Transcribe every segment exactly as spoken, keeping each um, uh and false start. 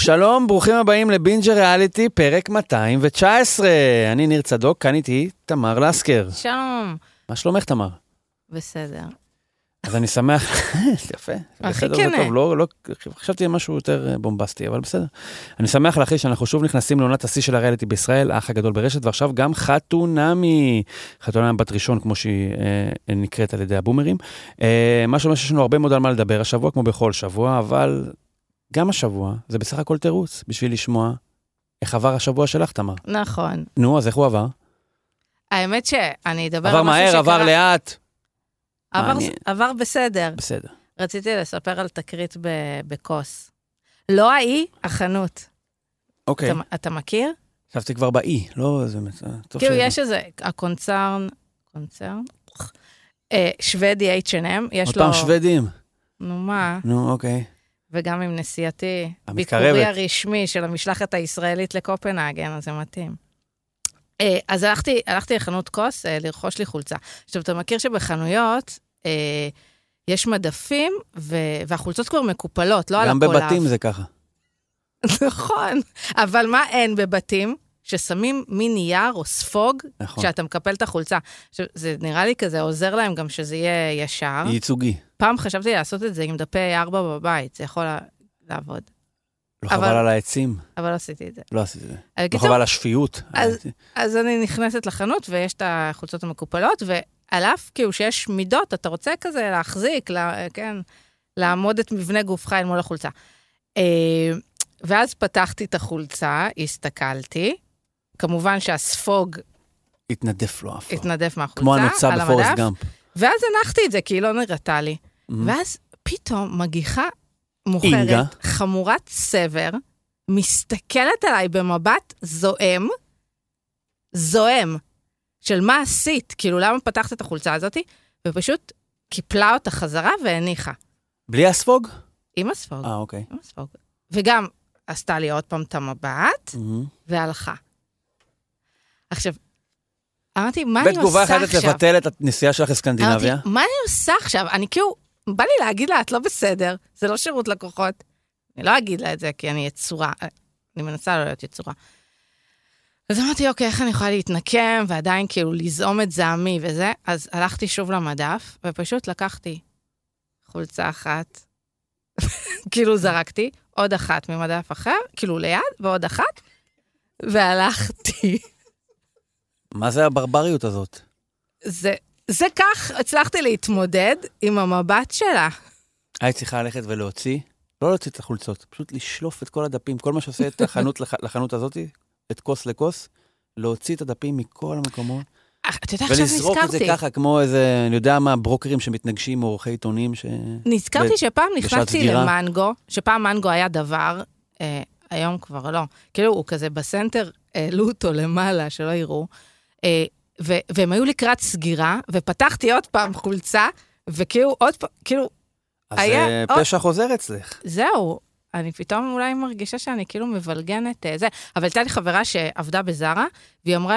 שלום, ברוכים הבאים לבינג'ר ריאליטי, פרק מאתיים תשע עשרה. אני ניר צדוק, כאן איתי תמר לסקר. שלום. מה שלומך, תמר? בסדר. אז אני שמח, יפה. הכי כנה. לא, לא, חשבתי על משהו יותר בומבסטי, אבל בסדר. אני שמח להכריז שאנחנו שוב נכנסים לעונת השיא של הריאליטי בישראל, האח הגדול ברשת, ועכשיו גם חתונמי. חתונמי בת ראשון, כמו שהיא אה, נקראת על ידי הבומרים. אה, מה שאומר שיש לנו הרבה מאוד על מה לדבר השבוע, כמו בכל שבוע, אבל גם השבוע, זה בסך הכל תירוץ, בשביל לשמוע איך עבר השבוע שלך, תמר. נכון. נו, אז איך הוא עבר? האמת שאני אדבר עבר מהר, עבר לאט. עבר, עבר בסדר. בסדר. רציתי לספר על תקרית בקוס. לא האי, החנות. אוקיי. אתה, אתה מכיר? חשבתי כבר באי, לא, זה כאילו יש איזה, הקונצרן, קונצרן? שוודי אייץ' אנד אם, יש לו... עוד פעם שוודים. נו מה? נו, אוקיי. וגם עם נסיעתי, המתקרבת. ביקורי הרשמי של המשלחת הישראלית לקופנהגן, אז זה מתאים. אז הלכתי, הלכתי לחנות קוס, לרכוש לי חולצה. עכשיו, אתה מכיר שבחנויות יש מדפים, והחולצות כבר מקופלות, לא על הקולף. גם בבתים זה ככה. נכון, אבל מה אין בבתים? ששמים מין נייר או ספוג, כשאתה מקפל את החולצה. עכשיו, זה נראה לי כזה, עוזר להם גם שזה יהיה ישר. ייצוגי. פעם חשבתי לעשות את זה עם דפי ארבע בבית, זה יכול לעבוד. לא חבל על העצים. אבל לא עשיתי את זה. לא עשיתי את זה. לא חבל על השפיות. אז אני נכנסת לחנות, ויש את החולצות המקופלות, ועל אף כאילו שיש מידות, אתה רוצה כזה להחזיק, כן, לעמוד את מבנה גופך אל מול החולצה. ואז פתחתי את החולצה, הסתכלתי, כמובן שהספוג... התנדף לו אף. התנדף מהחולצה, כמו הנוצה בפורסט גאמפ. ואז הנחתי את זה, כי היא לא נראתה לי. ואז פתאום מגיחה מוכרת, חמורת סבר, מסתכלת עליי במבט זועם, זועם, של מה עשית, כאילו למה פתחת את החולצה הזאת, ופשוט קיפלה אותה חזרה והניחה. בלי הספוג? עם הספוג. אה, אוקיי. עם הספוג. וגם עשתה לי עוד פעם את המבט, והלכה. עכשיו, אמרתי, מה אני עושה בתגובה עכשיו? אחת לבטל את הנסיעה שלך לסקנדינביה? אמרתי, מה אני עושה עכשיו? אני כאילו, בא לי להגיד לה, את לא בסדר, זה לא שירות לקוחות. אני לא אגיד לה את זה, כי אני יצורה, אני מנסה לא להיות יצורה. אז אמרתי, אוקיי, איך אני יכולה להתנקם, ועדיין כאילו לזעום את זעמי וזה, אז הלכתי שוב למדף, ופשוט לקחתי חולצה אחת, כאילו זרקתי, עוד אחת ממדף אחר, כאילו ליד, ועוד אחת, והלכתי. מה זה הברבריות הזאת? זה, זה כך, הצלחתי להתמודד עם המבט שלה. היית צריכה ללכת ולהוציא, לא להוציא את החולצות, פשוט לשלוף את כל הדפים, כל מה שעושה את החנות לחנות הזאת, את כוס לכוס, להוציא את הדפים מכל המקומות, ולזרוק את זה ככה, כמו איזה, אני יודע מה, ברוקרים שמתנגשים, מעורכי עיתונים ש... נזכרתי שפעם נכנסתי למנגו, שפעם מנגו היה דבר, אה, היום כבר לא, כאילו הוא כזה בסנטר, העלו אותו למעלה, שלא יראו, אה, ו- והם היו לקראת סגירה, ופתחתי עוד פעם חולצה, וכאילו עוד פעם, כאילו... אז היה, פשע עוד... חוזר אצלך. זהו, אני פתאום אולי מרגישה שאני כאילו מבלגנת זה, אבל הייתה לי חברה שעבדה בזרה, והיא אמרה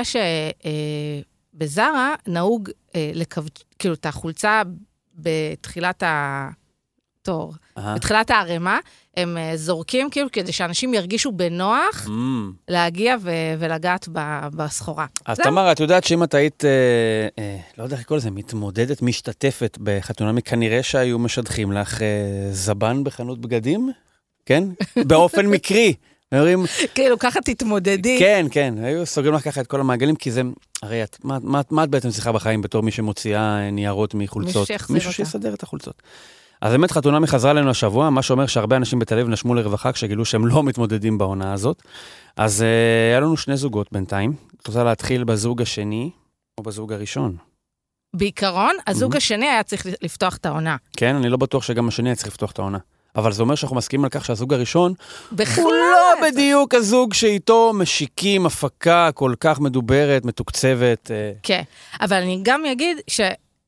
שבזרה נהוג לקו... כאילו את החולצה בתחילת התור, בתחילת הערימה, הם זורקים כאילו כדי שאנשים ירגישו בנוח להגיע ולגעת בסחורה. אז תמר, את יודעת שאם את היית, לא יודע איך לקרוא לזה, מתמודדת, משתתפת בחתונמי, כנראה שהיו משדכים לך זבן בחנות בגדים? כן? באופן מקרי. כאילו, ככה תתמודדי. כן, כן. היו סוגרים לך ככה את כל המעגלים, כי זה, הרי את, מה את בעצם צריכה בחיים בתור מי שמוציאה ניירות מחולצות? מישהו שיסדר את החולצות. אז באמת חתונמי חזרה לנו השבוע, מה שאומר שהרבה אנשים בתל אביב נשמו לרווחה כשגילו שהם לא מתמודדים בעונה הזאת. אז uh, היה לנו שני זוגות בינתיים. את רוצה להתחיל בזוג השני או בזוג הראשון? בעיקרון, הזוג mm-hmm. השני היה צריך לפתוח את העונה. כן, אני לא בטוח שגם השני היה צריך לפתוח את העונה. אבל זה אומר שאנחנו מסכימים על כך שהזוג הראשון בכלל הוא לא בדיוק הזוג שאיתו משיקים הפקה כל כך מדוברת, מתוקצבת. כן, אבל אני גם אגיד ש...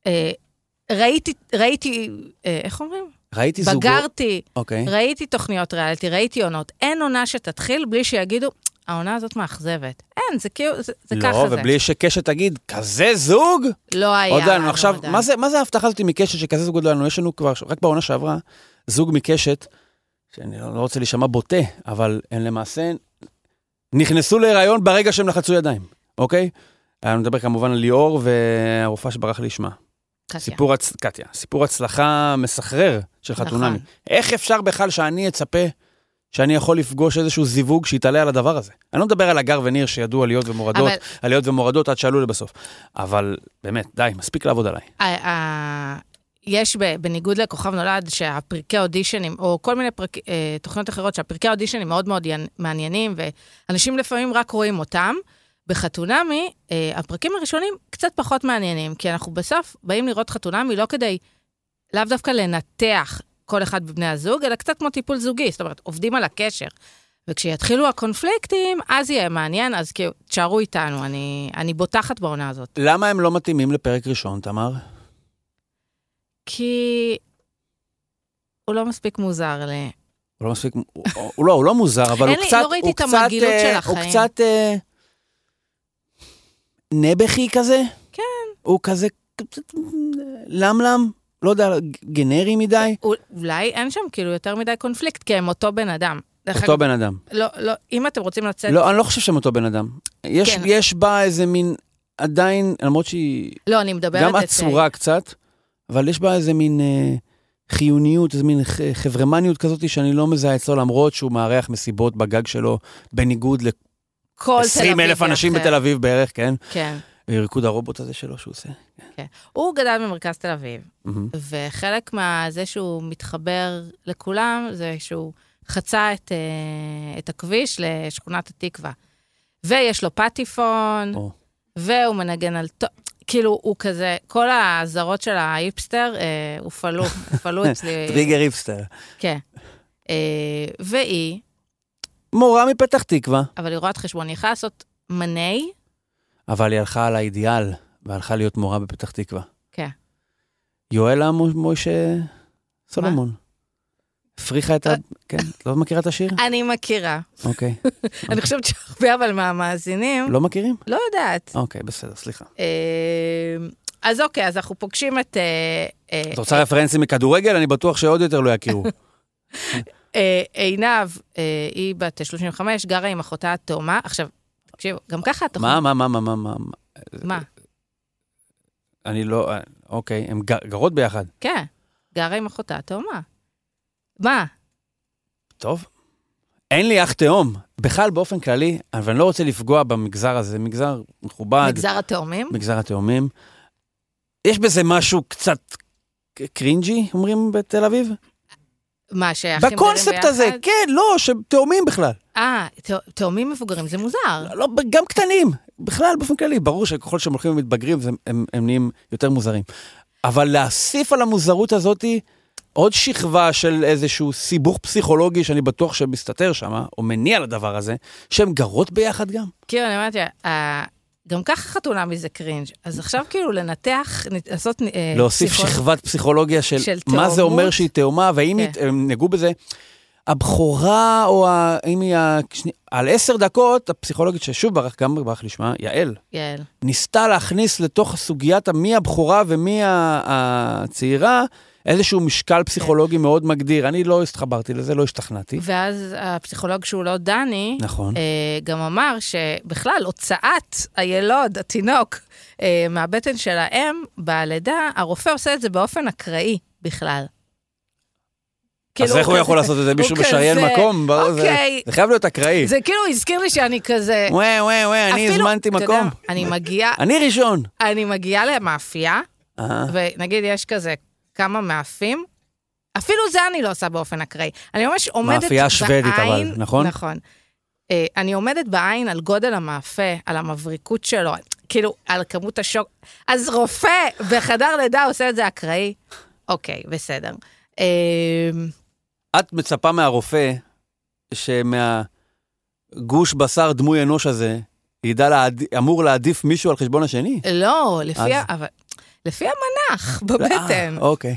ראיתי, ראיתי, איך אומרים? ראיתי זוגות. בגרתי, okay. ראיתי תוכניות ריאליטי, ראיתי עונות. אין עונה שתתחיל בלי שיגידו, העונה הזאת מאכזבת. אין, זה כאילו, זה, זה לא, ככה זה. לא, ובלי שקשת תגיד, כזה זוג? לא היה. עוד לנו, עכשיו, מה זה, מה זה ההבטחה הזאת מקשת שכזה זוג עוד לנו? יש לנו כבר, רק בעונה שעברה, זוג מקשת, שאני לא, לא רוצה להישמע בוטה, אבל הם למעשה נכנסו להיריון ברגע שהם לחצו ידיים, אוקיי? אני מדבר כמובן על ליאור והרופאה שברח לשמה. קטיה. סיפור, הצ... קטיה. סיפור הצלחה מסחרר של חתונמי. נכון. איך אפשר בכלל שאני אצפה שאני יכול לפגוש איזשהו זיווג שיתעלה על הדבר הזה? אני לא מדבר על הגר וניר שידעו עליות ומורדות, אבל... עליות ומורדות עד שעלו לבסוף. אבל באמת, די, מספיק לעבוד עליי. יש בניגוד לכוכב נולד שהפרקי אודישנים, או כל מיני פרק, תוכניות אחרות שהפרקי אודישנים מאוד מאוד מעניינים, ואנשים לפעמים רק רואים אותם. בחתונמי, הפרקים הראשונים קצת פחות מעניינים, כי אנחנו בסוף באים לראות חתונמי לא כדי, לאו דווקא לנתח כל אחד בבני הזוג, אלא קצת כמו טיפול זוגי, זאת אומרת, עובדים על הקשר. וכשיתחילו הקונפליקטים, אז יהיה מעניין, אז כאילו, תשארו איתנו, אני, אני בוטחת בעונה הזאת. למה הם לא מתאימים לפרק ראשון, תמר? כי הוא לא מספיק מוזר ל... הוא לא מספיק, הוא, הוא לא, הוא לא מוזר, אבל הוא קצת, לא ראיתי את המגילות של החיים. הוא קצת נבחי כזה. כן. הוא כזה, למלם, לא יודע, גנרי מדי. אולי אין שם כאילו יותר מדי קונפליקט, כי הם אותו בן אדם. אותו בן אדם. לא, לא, אם אתם רוצים לצאת... לא, אני לא חושב שהם אותו בן אדם. יש, כן. יש בה איזה מין, עדיין, למרות שהיא... לא, אני מדברת... גם עצורה קצת, אבל יש בה איזה מין אה, חיוניות, איזה מין חברמניות כזאת, שאני לא מזהה אצלו, למרות שהוא מערך מסיבות בגג שלו, בניגוד ל-עשרים אלף אנשים בתל אביב בערך, כן? כן. ריקוד הרובוט הזה שלו שהוא עושה. כן. הוא גדל במרכז תל אביב, וחלק מהזה שהוא מתחבר לכולם, זה שהוא חצה את, את הכביש לשכונת התקווה. ויש לו פטיפון, והוא מנגן על... כאילו, הוא כזה, כל הזרות של ההיפסטר, הופעלו, הופעלו אצלי... טריגר היפסטר. כן. והיא... מורה מפתח תקווה. אבל היא רואה את חשבון, היא יכולה לעשות מני... אבל היא הלכה על האידיאל, והלכה להיות מורה בפתח תקווה. כן. יואלה מוישה סולומון. הפריחה את ה... כן, לא מכירה את השיר? אני מכירה. אוקיי. אני חושבת שהרבה אבל מהמאזינים... לא מכירים? לא יודעת. אוקיי, בסדר, סליחה. אז אוקיי, אז אנחנו פוגשים את... את רוצה רפרנסים מכדורגל? אני בטוח שעוד יותר לא יכירו. עינב, היא בת שלושים וחמש, גרה עם אחותה התאומה. עכשיו, תקשיבו, גם ככה אתה... מה, מה, מה, מה, מה, מה? מה? אני לא... אוקיי, הן גרות ביחד. כן, גרה עם אחותה התאומה. מה? טוב. אין לי אח תאום. בכלל, באופן כללי, אבל אני לא רוצה לפגוע במגזר הזה. מגזר מכובד. מגזר התאומים? מגזר התאומים. יש בזה משהו קצת קרינג'י, אומרים בתל אביב? מה, שאחים גרים ביחד? בקונספט הזה, כן, לא, שתאומים בכלל. אה, תאומים מבוגרים, זה מוזר. לא, גם קטנים, בכלל, באופן כללי. ברור שככל שהם הולכים ומתבגרים, הם, הם נהיים יותר מוזרים. אבל להסיף על המוזרות הזאת, עוד שכבה של איזשהו סיבוך פסיכולוגי, שאני בטוח שמסתתר שם, או מניע לדבר הזה, שהן גרות ביחד גם. כאילו, אני אומרת, גם ככה חתונה מזה קרינג', אז עכשיו כאילו לנתח, לעשות... להוסיף שכבת פסיכולוגיה של מה זה אומר שהיא תאומה, והאם הם נגעו בזה, הבחורה, או האם היא... על עשר דקות, הפסיכולוגית ששוב ברח, גם ברח לשמה, יעל. יעל. ניסתה להכניס לתוך סוגיית מי הבחורה ומי הצעירה, איזשהו משקל פסיכולוגי מאוד מגדיר. אני לא הסתחברתי לזה, לא השתכנעתי. ואז הפסיכולוג שהוא לא דני, נכון. גם אמר שבכלל הוצאת הילוד, התינוק, מהבטן של האם, בלידה, הרופא עושה את זה באופן אקראי בכלל. אז איך הוא יכול לעשות את זה? מישהו משריין מקום? זה חייב להיות אקראי. זה כאילו הזכיר לי שאני כזה... וואי, וואי, וואי, אני הזמנתי מקום. אני מגיעה... אני ראשון. אני מגיעה למאפייה, ונגיד יש כזה כמה מאפים, אפילו זה אני לא עושה באופן אקראי. אני ממש עומדת בעין... מאפייה שוודית אבל, נכון? נכון. אני עומדת בעין על גודל המאפה, על המבריקות שלו, כאילו על כמות השוק. אז רופא בחדר לידה עושה את זה אקראי. אוקיי, בסדר. את מצפה מהרופא שמהגוש בשר דמוי אנוש הזה, ידע אמור להעדיף מישהו על חשבון השני? לא, לפי, אבל, לפי המנח בבטן. אוקיי.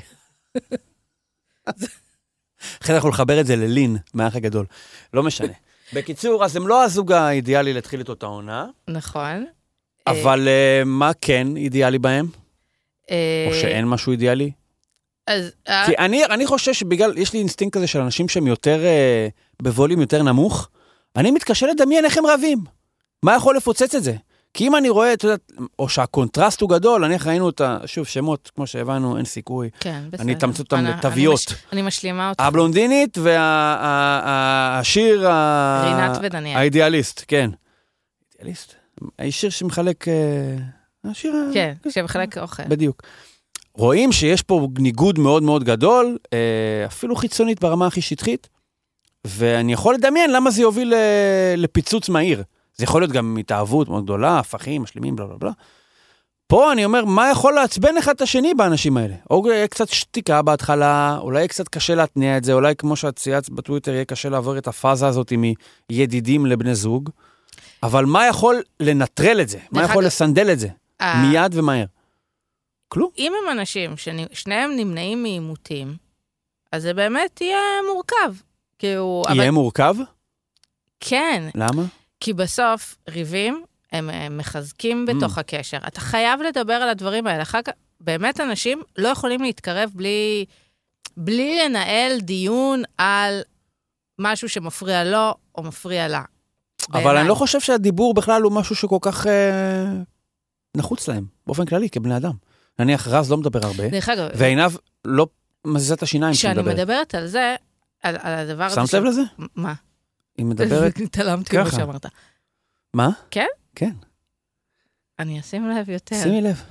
אחרי אנחנו לחבר את זה ללין, מהאח הגדול. לא משנה. בקיצור, אז הם לא הזוג האידיאלי להתחיל איתו את העונה. נכון. אבל מה כן אידיאלי בהם? או שאין משהו אידיאלי? אז... כי אני, אני חושב שבגלל, יש לי אינסטינקט כזה של אנשים שהם יותר, אה, בווליום יותר נמוך, אני מתקשה לדמיין איך הם רבים. מה יכול לפוצץ את זה? כי אם אני רואה, אתה יודע, או שהקונטרסט הוא גדול, אני ראינו אותה, שוב, שמות, כמו שהבנו, אין סיכוי. כן, בסדר. אני אתמצת אותם לתוויות. אני, מש, אני משלימה אותך. הבלונדינית והשיר רינת ודניאל. האידיאליסט, כן. אידיאליסט? השיר שמחלק... השיר... כן, שמחלק אוכל. בדיוק. רואים שיש פה ניגוד מאוד מאוד גדול, אפילו חיצונית ברמה הכי שטחית, ואני יכול לדמיין למה זה יוביל לפיצוץ מהיר. זה יכול להיות גם התאהבות מאוד גדולה, הפכים, משלימים, בלה בלה בלה. פה אני אומר, מה יכול לעצבן אחד את השני באנשים האלה? או יהיה קצת שתיקה בהתחלה, אולי יהיה קצת קשה להתניע את זה, אולי כמו שאת צייצת בטוויטר, יהיה קשה לעבור את הפאזה הזאת מידידים לבני זוג, אבל מה יכול לנטרל את זה? מה יכול לסנדל את זה? מיד ומהר. כלום. אם הם אנשים ששניהם נמנעים מעימותים, אז זה באמת יהיה מורכב. יהיה מורכב? כן. למה? כי בסוף ריבים, הם, הם מחזקים בתוך mm. הקשר. אתה חייב לדבר על הדברים האלה. אחר כך, באמת אנשים לא יכולים להתקרב בלי, בלי לנהל דיון על משהו שמפריע לו או מפריע לה. אבל בעיני. אני לא חושב שהדיבור בכלל הוא משהו שכל כך אה, נחוץ להם, באופן כללי, כבני אדם. נניח, רז לא מדבר הרבה, ועיניו לא מזיזה את השיניים כשהיא מדברת. כשאני מדברת על זה, על, על הדבר הזה... שמת לב לזה? מה? היא מדברת... תלמתי כמו שאמרת. מה? כן? כן. אני אשים לב יותר. שימי לב.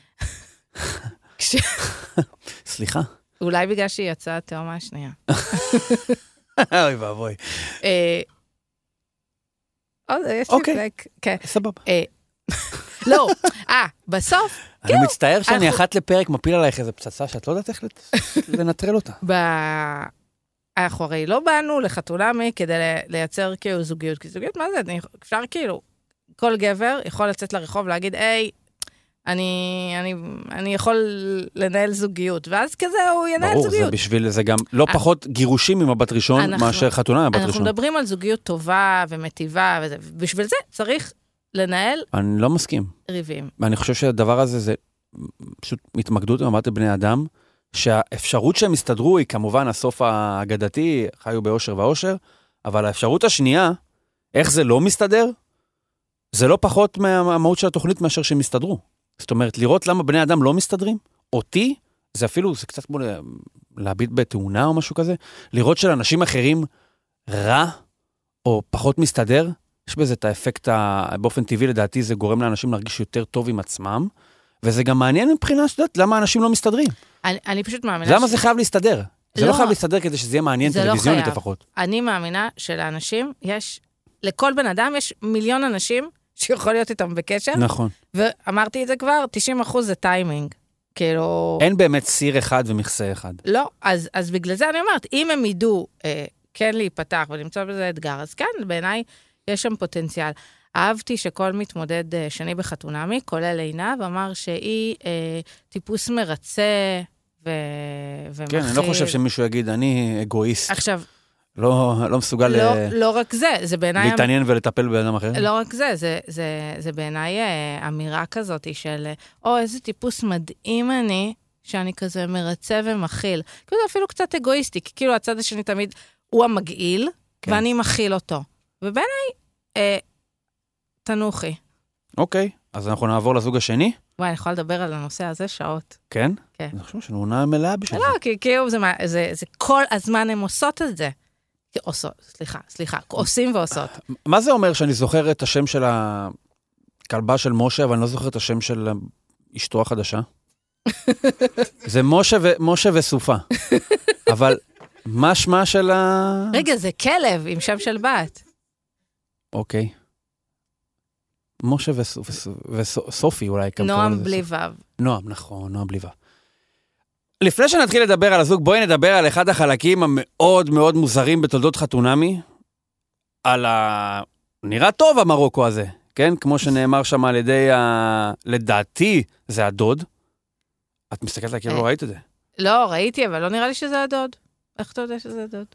סליחה. אולי בגלל שהיא יצאה תאומה השנייה. אוי ואבוי. עוד, יש לי פלק. כן. סבבה. לא, אה, בסוף... אני מצטער שאני אחת לפרק מפיל עלייך איזה פצצה שאת לא יודעת איך לנטרל אותה. אנחנו הרי לא באנו לחתונמי כדי לייצר כאילו זוגיות, כי זוגיות מה זה? אפשר כאילו, כל גבר יכול לצאת לרחוב ולהגיד, היי, אני, אני, אני יכול לנהל זוגיות, ואז כזה הוא ינהל ברור, זוגיות. ברור, זה בשביל זה גם לא פחות גירושים עם הבת ראשון, אנחנו, מאשר חתונה עם הבת ראשון. אנחנו מדברים על זוגיות טובה ומטיבה, וזה, בשביל זה צריך לנהל... אני לא מסכים. ריבים. ואני חושב שהדבר הזה זה פשוט התמקדות במבט בני אדם, שהאפשרות שהם הסתדרו היא כמובן הסוף האגדתי, חיו באושר ואושר, אבל האפשרות השנייה, איך זה לא מסתדר, זה לא פחות מהמהות של התוכנית מאשר שהם הסתדרו. זאת אומרת, לראות למה בני אדם לא מסתדרים, אותי, זה אפילו, זה קצת כמו להביט בתאונה או משהו כזה, לראות של אנשים אחרים רע או פחות מסתדר, יש בזה את האפקט, באופן טבעי לדעתי זה גורם לאנשים להרגיש יותר טוב עם עצמם, וזה גם מעניין מבחינה שדעת, למה אנשים לא מסתדרים. אני, אני פשוט מאמינה... למה ש... זה חייב להסתדר? זה לא, לא חייב להסתדר כדי שזה יהיה מעניין טלוויזיונית לא לפחות. אני מאמינה שלאנשים יש, לכל בן אדם יש מיליון אנשים שיכול להיות איתם בקשר. נכון. ואמרתי את זה כבר, תשעים אחוז זה טיימינג. כאילו... אין באמת סיר אחד ומכסה אחד. לא, אז, אז בגלל זה אני אומרת, אם הם ידעו אה, כן להיפתח ולמצוא בזה אתגר, אז כן, בעיניי יש שם פוטנציאל. אהבתי שכל מתמודד שני בחתונמי, כולל עיניו, אמר שהיא אה, טיפוס מרצה ו... ומחיל. כן, אני לא חושב שמישהו יגיד, אני אגואיסט. עכשיו... לא, לא מסוגל... לא, ל... לא רק זה, זה בעיניי... להתעניין ולטפל באדם אחר? לא רק זה, זה, זה, זה בעיניי אמירה כזאת של, או, איזה טיפוס מדהים אני, שאני כזה מרצה ומכיל. כאילו, אפילו קצת אגואיסטי, כי כאילו הצד השני תמיד הוא המגעיל, כן. ואני מכיל אותו. ובעיניי... אה, תנוחי. אוקיי, אז אנחנו נעבור לזוג השני. וואי, אני יכולה לדבר על הנושא הזה שעות. כן? כן. אני חושב שאני עונה מלאה בשביל זה. לא, כי כאילו זה, זה, זה כל הזמן הם עושות את זה. עושות, סליחה, סליחה, עושים ועושות. מה זה אומר שאני זוכר את השם של הכלבה של משה, אבל אני לא זוכר את השם של אשתו החדשה? זה משה, ו, משה וסופה. אבל מה שמה של ה... רגע, זה כלב עם שם של בת. אוקיי. משה וסופי אולי. נועם בלי וו. נועם, נכון, נועם בלי וו. לפני שנתחיל לדבר על הזוג, בואי נדבר על אחד החלקים המאוד מאוד מוזרים בתולדות חתונמי, על ה... נראה טוב המרוקו הזה, כן? כמו שנאמר שם על ידי ה... לדעתי זה הדוד. את מסתכלת לה כאילו לא ראית את זה. לא, ראיתי, אבל לא נראה לי שזה הדוד. איך אתה יודע שזה הדוד?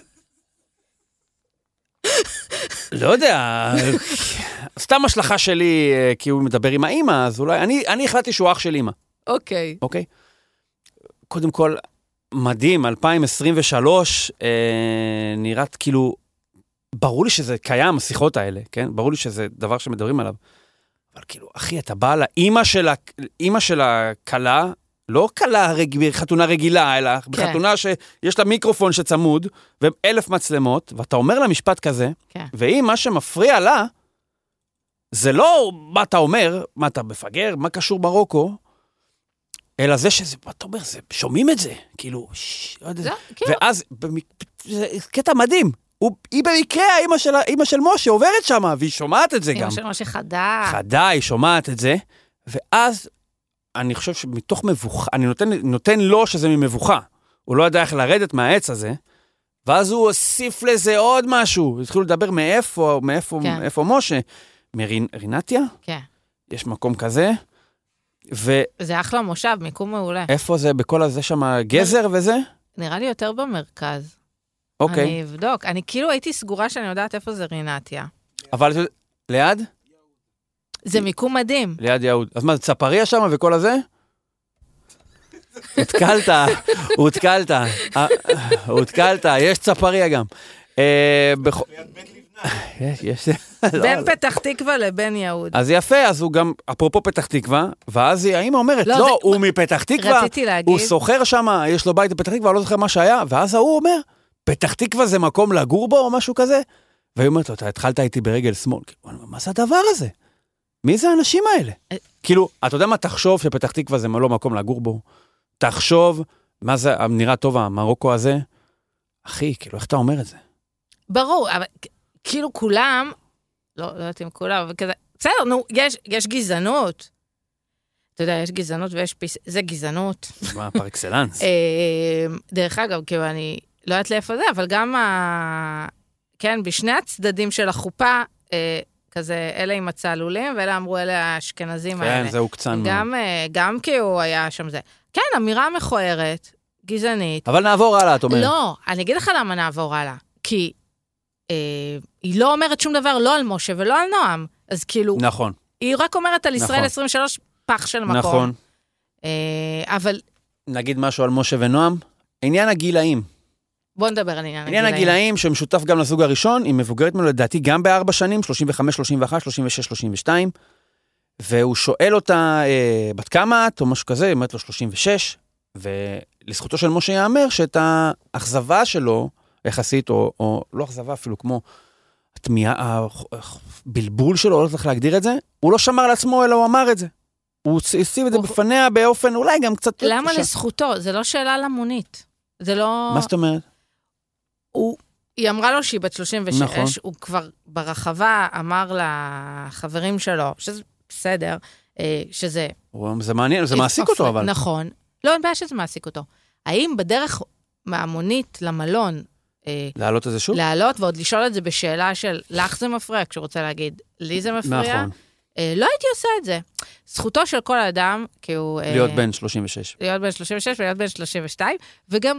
לא יודע, סתם השלכה שלי, כי הוא מדבר עם האמא, אז אולי, אני, אני החלטתי שהוא אח של אמא. אוקיי. אוקיי? קודם כל, מדהים, אלפיים עשרים ושלוש, אה, נראית כאילו, ברור לי שזה קיים, השיחות האלה, כן? ברור לי שזה דבר שמדברים עליו. אבל כאילו, אחי, אתה בא לאמא של, אמא של הקלה, לא קלה רג... חתונה רגילה, אלא כן. בחתונה שיש לה מיקרופון שצמוד, ואלף מצלמות, ואתה אומר לה משפט כזה, כן. ואם מה שמפריע לה, זה לא מה אתה אומר, מה אתה מפגר, מה קשור מרוקו, אלא זה שזה, מה אתה אומר, זה, שומעים את זה, כאילו, ש... לא יודע, זה, ואז, במק... זה קטע מדהים, הוא, היא במקרה, האמא של, האמא של משה עוברת שם, והיא שומעת את זה גם. אמא של משה חדה. חדה, היא שומעת את זה, ואז אני חושב שמתוך מבוכה, אני נותן, נותן לו שזה ממבוכה, הוא לא יודע איך לרדת מהעץ הזה, ואז הוא הוסיף לזה עוד משהו, התחילו לדבר מאיפה, מאיפה, כן. מאיפה משה, מרינתיה? כן. יש מקום כזה, ו... זה אחלה מושב, מיקום מעולה. איפה זה, בכל הזה שם גזר וזה? נראה לי יותר במרכז. אוקיי. אני אבדוק, אני כאילו הייתי סגורה שאני יודעת איפה זה רינתיה. אבל ליד? זה מיקום מדהים. ליד יהוד. אז מה, זה צפריה שם וכל הזה? הותקלת, הותקלת, הותקלת, יש צפריה גם. יש, בין פתח תקווה לבין יהוד. אז יפה, אז הוא גם, אפרופו פתח תקווה, ואז האמא אומרת, לא, הוא מפתח תקווה, הוא סוחר שם, יש לו בית בפתח תקווה, לא זוכר מה שהיה, ואז הוא אומר, פתח תקווה זה מקום לגור בו או משהו כזה? והיא אומרת לו, אתה התחלת איתי ברגל שמאל. מה זה הדבר הזה? מי זה האנשים האלה? כאילו, אתה יודע מה, תחשוב שפתח תקווה זה לא מקום לגור בו. תחשוב, מה זה, נראה טוב המרוקו הזה? אחי, כאילו, איך אתה אומר את זה? ברור, אבל כאילו כולם, לא, לא יודעת אם כולם, אבל כזה, בסדר, נו, יש, יש גזענות. אתה יודע, יש גזענות ויש פיס, זה גזענות. מה, פר אקסלנס. דרך אגב, כאילו, אני לא יודעת לאיפה זה, אבל גם ה... כן, בשני הצדדים של החופה, כזה, אלה עם הצעלולים, ואלה אמרו, אלה האשכנזים האלה. כן, זהו קצן מאוד. גם, גם כי הוא היה שם זה. כן, אמירה מכוערת, גזענית. אבל נעבור הלאה, את אומרת. לא, אני אגיד לך למה נעבור הלאה. כי אה, היא לא אומרת שום דבר, לא על משה ולא על נועם. אז כאילו... נכון. היא רק אומרת על ישראל נכון. עשרים ושלוש פח של מקום. נכון. אה, אבל... נגיד משהו על משה ונועם. עניין הגילאים. בוא נדבר על עניין הגילאים. עניין הגילאים. הגילאים שמשותף גם לזוג הראשון, היא מבוגרת ממנו לדעתי גם בארבע שנים, שלושים וחמש, שלושים ואחת, שלושים ושש, שלושים ושתיים, והוא שואל אותה, אה, בת כמה את, או משהו כזה, היא אומרת לו שלושים ושש, ולזכותו של משה יאמר שאת האכזבה שלו, יחסית, או, או לא אכזבה אפילו, כמו התמיעה, הבלבול שלו, לא צריך להגדיר את זה, הוא לא שמר על עצמו, אלא הוא אמר את זה. הוא הציב את זה בפניה באופן, אולי גם קצת... למה לזכותו? זה לא שאלה למונית. זה לא... מה זאת אומרת? הוא, היא אמרה לו שהיא בת שלושים ושש, נכון. הוא כבר ברחבה אמר לחברים שלו, שזה בסדר, שזה... זה מעניין, זה מעסיק אותו אבל. נכון. לא, אין בעיה שזה מעסיק אותו. האם בדרך מהמונית למלון... להעלות את זה שוב? להעלות, ועוד לשאול את זה בשאלה של, לך זה מפריע, כשהוא רוצה להגיד, לי זה מפריע. נכון. לא הייתי עושה את זה. זכותו של כל האדם, כי הוא... להיות בן שלושים ושש. להיות בן שלושים ושש ולהיות בן שלושים ושתיים, וגם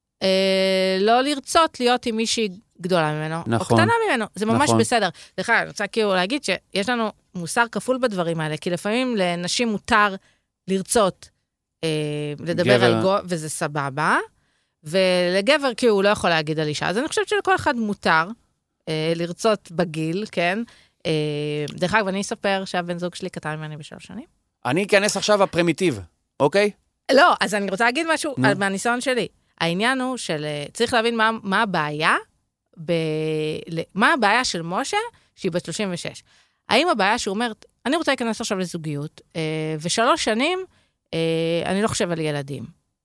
לא לרצות להיות עם מישהי גדולה ממנו, נכון. או קטנה ממנו. זה ממש נכון. בסדר. דרך אגב, אני רוצה כאילו להגיד שיש לנו מוסר כפול בדברים האלה, כי לפעמים לנשים מותר לרצות לדבר על גו, וזה סבבה, ולגבר כי הוא לא יכול להגיד על אישה. אז אני חושבת שלכל אחד מותר לרצות בגיל, כן? דרך אגב, אני אספר שהבן זוג שלי קטן ממני בשלוש שנים. אני אכנס עכשיו הפרימיטיב, אוקיי? לא, אז אני רוצה להגיד משהו מהניסיון שלי. העניין הוא של, צריך להבין מה, מה הבעיה, ב, מה הבעיה של משה, שהיא בת שלושים ושש. האם הבעיה שהוא אומר, אני רוצה להיכנס עכשיו לזוגיות, ושלוש שנים, אני לא חושב על ילדים.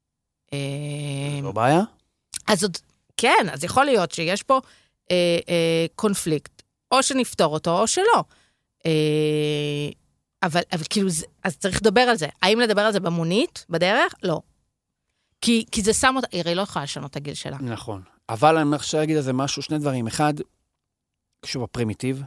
לא בעיה? אז עוד, כן, אז יכול להיות שיש פה קונפליקט, או שנפתור אותו, או שלא. אבל, אבל כאילו, אז צריך לדבר על זה. האם לדבר על זה במונית, בדרך? לא. כי, כי זה שם אותה, היא לא יכולה לשנות את הגיל שלה. נכון. אבל אני חושב להגיד על זה משהו, שני דברים. אחד, שוב, הפרימיטיב.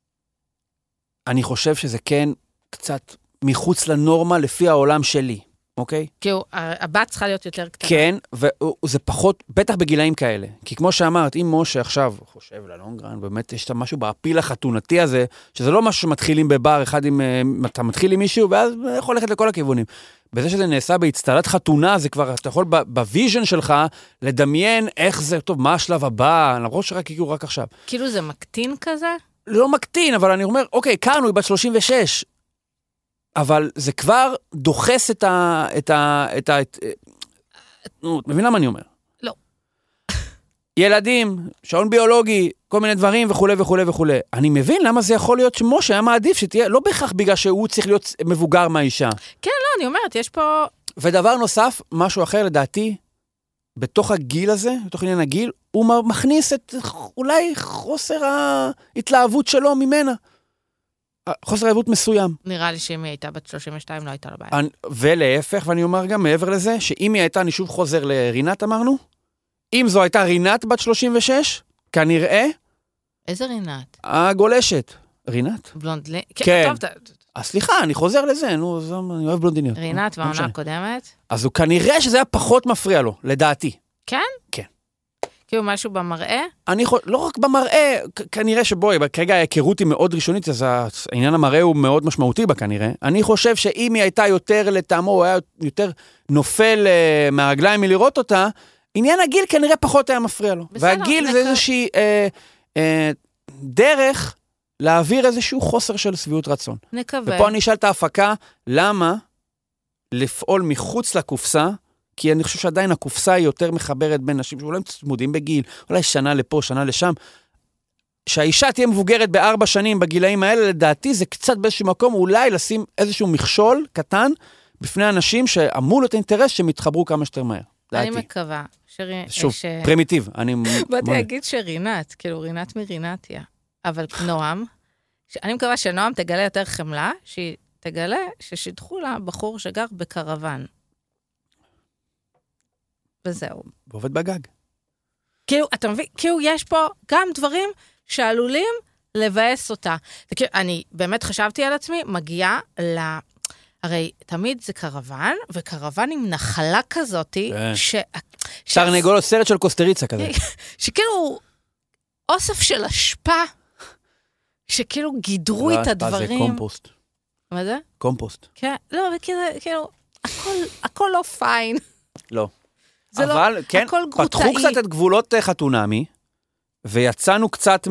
אני חושב שזה כן קצת מחוץ לנורמה לפי העולם שלי. אוקיי? כאילו, הבת צריכה להיות יותר קטנה. כן, וזה פחות, בטח בגילאים כאלה. כי כמו שאמרת, אם משה עכשיו חושב ללונגרן, באמת יש משהו באפיל החתונתי הזה, שזה לא משהו שמתחילים בבר, אחד עם, אתה מתחיל עם מישהו, ואז יכול ללכת לכל הכיוונים. בזה שזה נעשה בהצטלת חתונה, זה כבר, אתה יכול בוויז'ן שלך לדמיין איך זה, טוב, מה השלב הבא, למרות שרק הגיעו רק עכשיו. כאילו זה מקטין כזה? לא מקטין, אבל אני אומר, אוקיי, כאן הוא בת שלושים ושש, אבל זה כבר דוחס את ה... את ה... את ה... את... נו, מבינה מה אני אומר? לא. ילדים, שעון ביולוגי, כל מיני דברים וכו' וכו' וכו'. אני מבין למה זה יכול להיות שמשה היה מעדיף שתהיה, לא בהכרח בגלל שהוא צריך להיות מבוגר מהאישה. כן, לא, אני אומרת, יש פה... ודבר נוסף, משהו אחר לדעתי, בתוך הגיל הזה, בתוך עניין הגיל, הוא מכניס את אולי חוסר ההתלהבות שלו ממנה. חוסר ההתלהבות מסוים. נראה לי שאם היא הייתה בת שלושים ושתיים, לא הייתה לבעיה. ולהפך, ואני אומר גם מעבר לזה, שאם היא הייתה, אני שוב חוזר לרינת, אמרנו, אם זו הייתה רינת בת שלושים ושש, כנראה... איזה רינת? הגולשת. רינת? בלונדלי? כן. אז סליחה, אני חוזר לזה, נו, אני אוהב בלונדיניות. רינת והעונה הקודמת? אז הוא כנראה שזה היה פחות מפריע לו, לדעתי. כן? כן. כאילו משהו במראה? אני חושב, לא רק במראה, כנראה שבואי, כרגע ההיכרות היא מאוד ראשונית, אז העניין המראה הוא מאוד משמעותי בה כנראה. אני חושב שאם היא הייתה יותר לטעמו, הוא היה יותר נופל מהרגליים מלראות אותה, עניין הגיל כנראה פחות היה מפריע לו. והגיל זה איזושהי אה, אה, דרך להעביר איזשהו חוסר של סביעות רצון. נקווה. ופה אני אשאל את ההפקה, למה לפעול מחוץ לקופסה, כי אני חושב שעדיין הקופסה היא יותר מחברת בין נשים, שאולי הם צמודים בגיל, אולי שנה לפה, שנה לשם, שהאישה תהיה מבוגרת בארבע שנים בגילאים האלה, לדעתי זה קצת באיזשהו מקום, אולי לשים איזשהו מכשול קטן, בפני אנשים שאמור להיות אינטרס שהם יתחברו כמה שיותר מהר. אני מקווה. שוב, פרימיטיב. באתי להגיד שרינת, כאילו רינת מרינתיה, אבל נועם, אני מקווה שנועם תגלה יותר חמלה, שהיא תגלה ששידחו לה בחור שגר בקרוון. וזהו. ועובד בגג. כאילו, אתה מבין, כאילו יש פה גם דברים שעלולים לבאס אותה. וכאילו, אני באמת חשבתי על עצמי, מגיעה ל... הרי תמיד זה קרוון, וקרוון עם נחלה כזאת, ש... תרנגול, סרט של קוסטריצה כזה. שכאילו, אוסף של השפעה, שכאילו גידרו את הדברים. זה קומפוסט. מה זה? קומפוסט. כן, לא, וכאילו, הכל לא פיין. לא. אבל, לא, כן, פתחו קצת את גבולות חתונמי, ויצאנו קצת מ...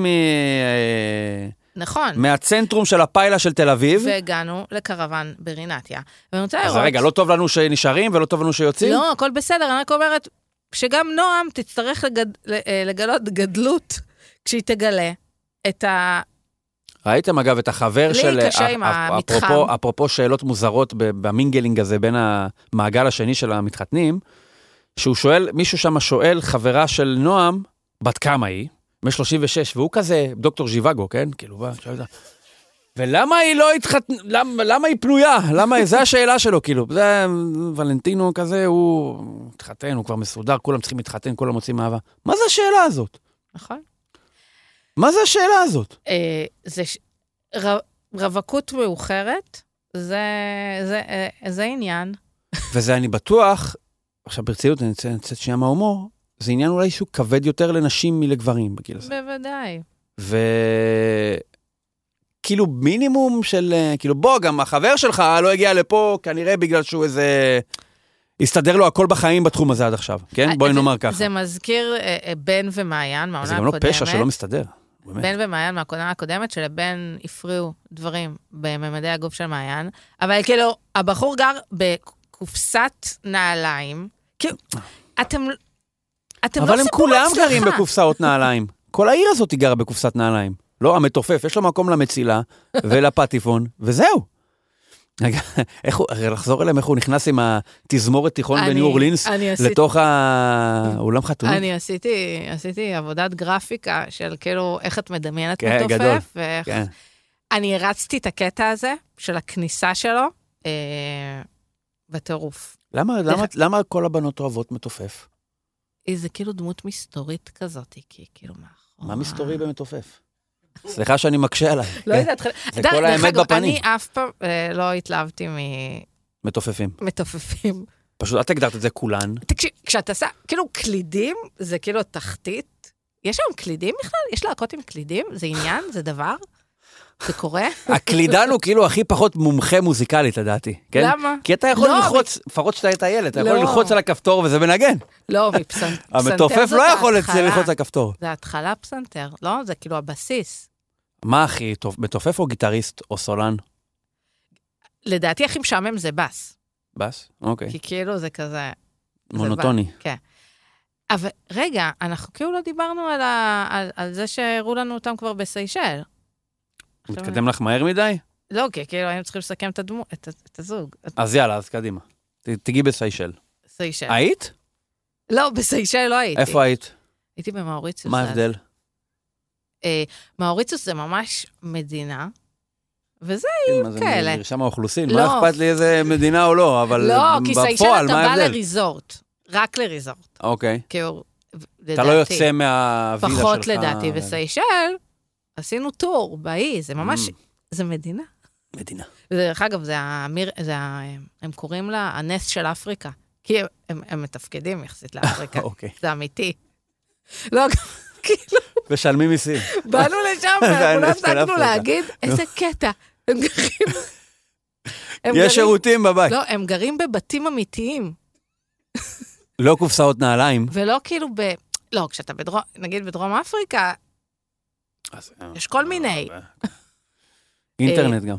נכון. מהצנטרום של הפיילה של תל אביב. והגענו לקרוון ברינתיה. אז לראות... רגע, לא טוב לנו שנשארים ולא טוב לנו שיוצאים? לא, הכל בסדר, אני רק אומרת שגם נועם תצטרך לגד... לגלות גדלות כשהיא תגלה את ה... ראיתם אגב את החבר של... לי קשה עם המתחם. אפרופו, אפרופו שאלות מוזרות במינגלינג הזה בין המעגל השני של המתחתנים, שהוא שואל, מישהו שם שואל חברה של נועם, בת כמה היא? מ-שלושים ושש, והוא כזה דוקטור ז'יוואגו, כן? כאילו, בא, שואל, ולמה היא לא התחתן, למה, למה היא פנויה? למה, זה השאלה שלו, כאילו, זה ולנטינו כזה, הוא התחתן, הוא כבר מסודר, כולם צריכים להתחתן, כולם מוצאים אהבה. מה זה השאלה הזאת? נכון. מה זה השאלה הזאת? אה, זה ר, רווקות מאוחרת, זה, זה, אה, זה עניין. וזה אני בטוח, עכשיו ברצינות, אני אצאת שנייה מההומור, זה עניין אולי שהוא כבד יותר לנשים מלגברים בגיל הזה. בוודאי. וכאילו מינימום של, כאילו בוא, גם החבר שלך לא הגיע לפה, כנראה בגלל שהוא איזה, הסתדר לו הכל בחיים בתחום הזה עד עכשיו, כן? בואי נאמר ככה. זה מזכיר בן ומעיין מהעונה הקודמת. זה גם לא פשע שלא מסתדר. בן ומעיין מהעונה הקודמת, שלבן הפריעו דברים בממדי הגוף של מעיין, אבל כאילו, הבחור גר בקופסת נעליים, כאילו, אתם... אבל הם כולם גרים בקופסאות נעליים. כל העיר הזאת היא גרה בקופסת נעליים. לא, המתופף, יש לו מקום למצילה ולפטיפון, וזהו. איך הוא, לחזור אליהם, איך הוא נכנס עם התזמורת תיכון בניו אורלינס לתוך האולם חתונות? אני עשיתי, עשיתי עבודת גרפיקה של כאילו איך את מדמיינת מתופף, ואיך... אני הרצתי את הקטע הזה של הכניסה שלו בטירוף. למה כל הבנות אוהבות מתופף? זה כאילו דמות מסתורית כזאת, כי כאילו מאחור. מה מסתורי במתופף? סליחה שאני מקשה עליי. לא יודעת. זה כל האמת בפנים. אני אף פעם לא התלהבתי מתופפים. מתופפים. פשוט, את הגדרת את זה כולן. תקשיב, כשאתה עושה, כאילו קלידים, זה כאילו תחתית. יש היום קלידים בכלל? יש להקות עם קלידים? זה עניין? זה דבר? זה קורה? הקלידן הוא כאילו הכי פחות מומחה מוזיקלית, לדעתי. כן? למה? כי אתה יכול לא, ללחוץ, לפחות שאתה את הילד, אתה יכול לא. ללחוץ על הכפתור וזה מנגן. לא, מפסנתר. המתופף לא יכול ללחוץ על הכפתור. זה התחלה פסנתר, לא? זה כאילו הבסיס. מה הכי טוב, מתופף או גיטריסט או סולן? לדעתי הכי משעמם זה בס. בס? אוקיי. כי כאילו זה כזה... מונוטוני. זה כן. אבל רגע, אנחנו כאילו לא דיברנו על, ה, על, על זה שהראו לנו אותם כבר בסיישל. מתקדם לך מהר מדי? לא, כי כאילו היינו צריכים לסכם את, הדמו, את, את הזוג. אז יאללה, אז קדימה. ת, תגיעי בסיישל. סיישל. היית? לא, בסיישל לא הייתי. איפה היית? הייתי במאוריציוס. מה ההבדל? אה, מאוריציוס זה ממש מדינה, וזה היו כאלה. זה מרשם האוכלוסין, לא. מה אכפת לי איזה מדינה או לא, אבל לא, כי סיישל בפועל, אתה מה בא ההבדל? לריזורט. רק לריזורט. אוקיי. כאילו, אתה לא יוצא מהווילה שלך. פחות לדעתי, וסיישל, עשינו טור באי, זה ממש, זה מדינה. מדינה. ודרך אגב, זה המיר, זה ה... הם קוראים לה הנס של אפריקה, כי הם, הם, הם מתפקדים יחסית לאפריקה. אוקיי. זה אמיתי. לא, כאילו, משלמים מיסים. באנו לשם, ואנחנו לא הפסקנו להגיד, איזה קטע. הם גרים... יש שירותים בבית. לא, הם גרים בבתים אמיתיים. לא קופסאות נעליים. ולא כאילו ב... לא, כשאתה בדרום, נגיד בדרום אפריקה, יש כל מיני. אינטרנט גם.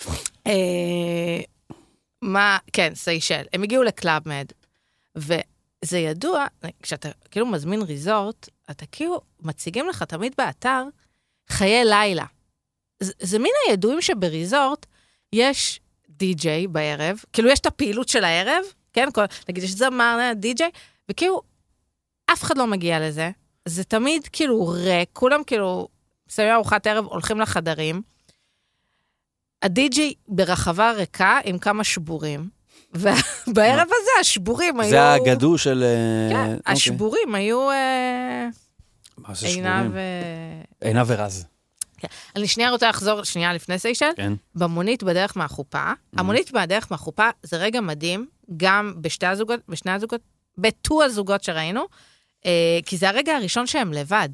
מה, כן, סיישל. הם הגיעו לקלאב מד, וזה ידוע, כשאתה כאילו מזמין ריזורט, אתה כאילו מציגים לך תמיד באתר חיי לילה. זה מין הידועים שבריזורט יש די-ג'יי בערב, כאילו יש את הפעילות של הערב, כן? נגיד, יש זמר, די-ג'יי, וכאילו אף אחד לא מגיע לזה. זה תמיד כאילו ריק, כולם כאילו מסיימים ארוחת ערב, הולכים לחדרים. הדי-ג'יי ברחבה ריקה עם כמה שבורים, ובערב הזה השבורים היו... זה הגדו של... כן, השבורים היו... מה זה שבורים? ו... עינה ורז. אני שנייה רוצה לחזור, שנייה לפני סיישל, במונית בדרך מהחופה. המונית בדרך מהחופה זה רגע מדהים, גם בשתי הזוגות, בשני הזוגות, בטו הזוגות שראינו, כי זה הרגע הראשון שהם לבד.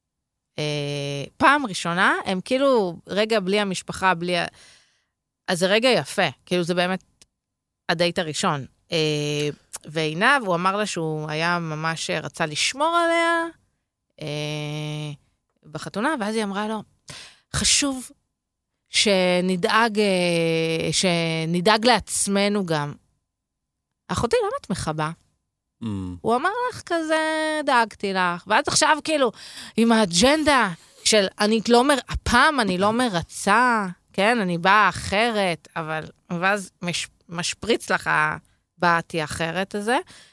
פעם ראשונה, הם כאילו רגע בלי המשפחה, בלי... אז זה רגע יפה, כאילו זה באמת הדייט הראשון. ועינב, הוא אמר לה שהוא היה ממש רצה לשמור עליה בחתונה, ואז היא אמרה לו, חשוב שנדאג, שנדאג לעצמנו גם. אחותי, למה את מחבה? Mm. הוא אמר לך כזה, דאגתי לך. ואז עכשיו כאילו, עם האג'נדה של, אני לא מר... הפעם אני לא מרצה, כן, אני באה אחרת, אבל, ואז מש... משפריץ לך באתי אחרת הזה.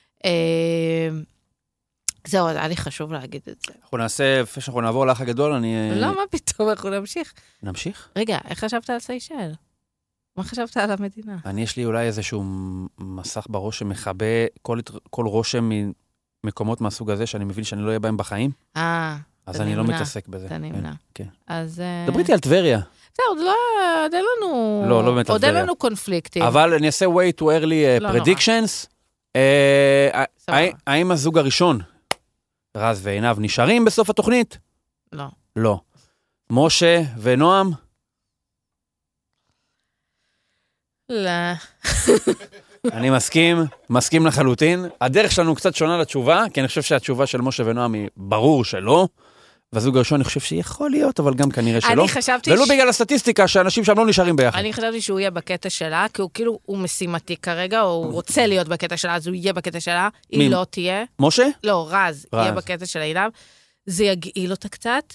זהו, היה לי חשוב להגיד את זה. אנחנו נעשה, לפני שאנחנו נעבור לאח הגדול, אני... לא, מה פתאום, אנחנו נמשיך. נמשיך? רגע, איך חשבת על סיישל? מה חשבת על המדינה? אני, יש לי אולי איזשהו מסך בראש שמחבא כל, כל רושם ממקומות מהסוג הזה, שאני מבין שאני לא אהיה בהם בחיים. אה, אז אני לא מתעסק בזה. אתה נמנע. כן. אז... דברי איתי על טבריה. זה עוד לא, עוד אין לנו... לא, לא באמת על טבריה. עוד אין לנו קונפליקטים. אבל אני אעשה way to early predictions. האם הזוג הראשון, רז ועינב, נשארים בסוף התוכנית? לא. לא. משה ונועם? לא. אני מסכים, מסכים לחלוטין. הדרך שלנו קצת שונה לתשובה, כי אני חושב שהתשובה של משה ונועם היא ברור שלא, והזוג הראשון אני חושב שיכול להיות, אבל גם כנראה שלא. אני חשבתי... ולא בגלל הסטטיסטיקה שאנשים שם לא נשארים ביחד. אני חשבתי שהוא יהיה בקטע שלה, כי הוא כאילו, הוא משימתי כרגע, או הוא רוצה להיות בקטע שלה, אז הוא יהיה בקטע שלה, היא לא תהיה. משה? לא, רז, יהיה בקטע של אילם. זה יגעיל אותה קצת.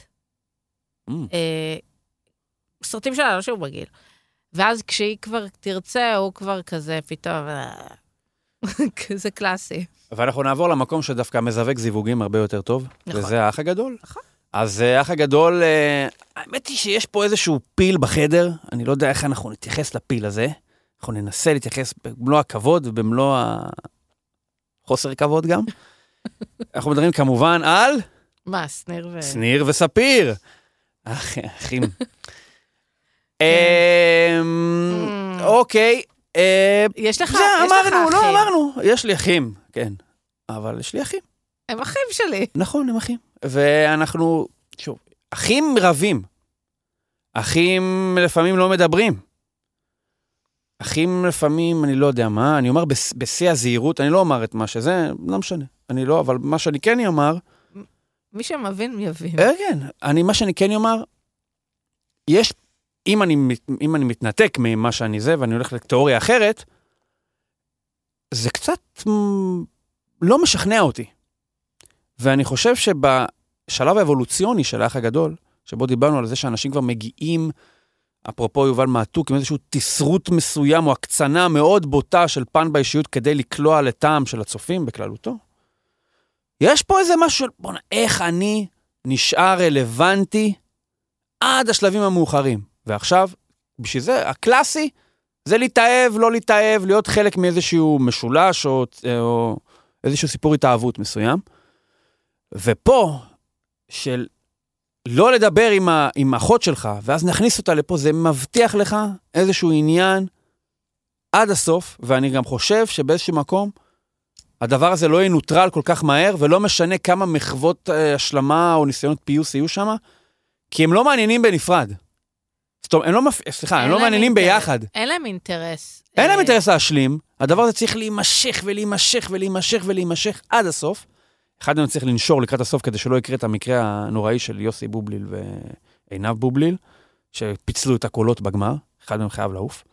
סרטים שלה, לא שהוא בגיל. ואז כשהיא כבר תרצה, הוא כבר כזה פתאום, זה קלאסי. ואנחנו נעבור למקום שדווקא מזווק זיווגים הרבה יותר טוב, נכון. וזה האח הגדול. נכון. אז האח הגדול, האמת היא שיש פה איזשהו פיל בחדר, אני לא יודע איך אנחנו נתייחס לפיל הזה, אנחנו ננסה להתייחס במלוא הכבוד, ובמלוא החוסר כבוד גם. אנחנו מדברים כמובן על... מה, שניר ו... שניר וספיר. אחים. אוקיי, יש לך, זה, יש לך אמרנו, אחים. לא, אמרנו, יש לי אחים, כן. אבל יש לי אחים. הם אחים שלי. נכון, הם אחים. ואנחנו, שוב, אחים רבים. אחים לפעמים לא מדברים. אחים לפעמים, אני לא יודע מה, אני אומר בשיא הזהירות, אני לא אומר את מה שזה, לא משנה. אני לא, אבל מה שאני כן אומר... מי שמבין, מי יבין. אה, כן, אני, מה שאני כן אומר, יש, אם אני, אם אני מתנתק ממה שאני זה, ואני הולך לתיאוריה אחרת, זה קצת לא משכנע אותי. ואני חושב שבשלב האבולוציוני של האח הגדול, שבו דיברנו על זה שאנשים כבר מגיעים, אפרופו יובל מעתוק, עם איזשהו תסרות מסוים או הקצנה מאוד בוטה של פן באישיות כדי לקלוע לטעם של הצופים בכללותו. יש פה איזה משהו של, בוא, איך אני נשאר רלוונטי עד השלבים המאוחרים. ועכשיו, בשביל זה, הקלאסי, זה להתאהב, לא להתאהב, להיות חלק מאיזשהו משולש או, או איזשהו סיפור התאהבות מסוים. ופה, של לא לדבר עם, ה, עם האחות שלך, ואז נכניס אותה לפה, זה מבטיח לך איזשהו עניין עד הסוף, ואני גם חושב שבאיזשהו מקום, הדבר הזה לא ינוטרל כל כך מהר, ולא משנה כמה מחוות אה, השלמה או ניסיונות פיוס יהיו שם, כי הם לא מעניינים בנפרד. סתום, הם לא, מפ... סליחה, הם לא מעניינים אינטרס. ביחד. אין להם אינטרס. אין להם אינטרס להשלים, הדבר הזה צריך להימשך ולהימשך ולהימשך ולהימשך עד הסוף. אחד מהם צריך לנשור לקראת הסוף, כדי שלא יקרה את המקרה הנוראי של יוסי בובליל ועינב בובליל, שפיצלו את הקולות בגמר, אחד מהם חייב לעוף.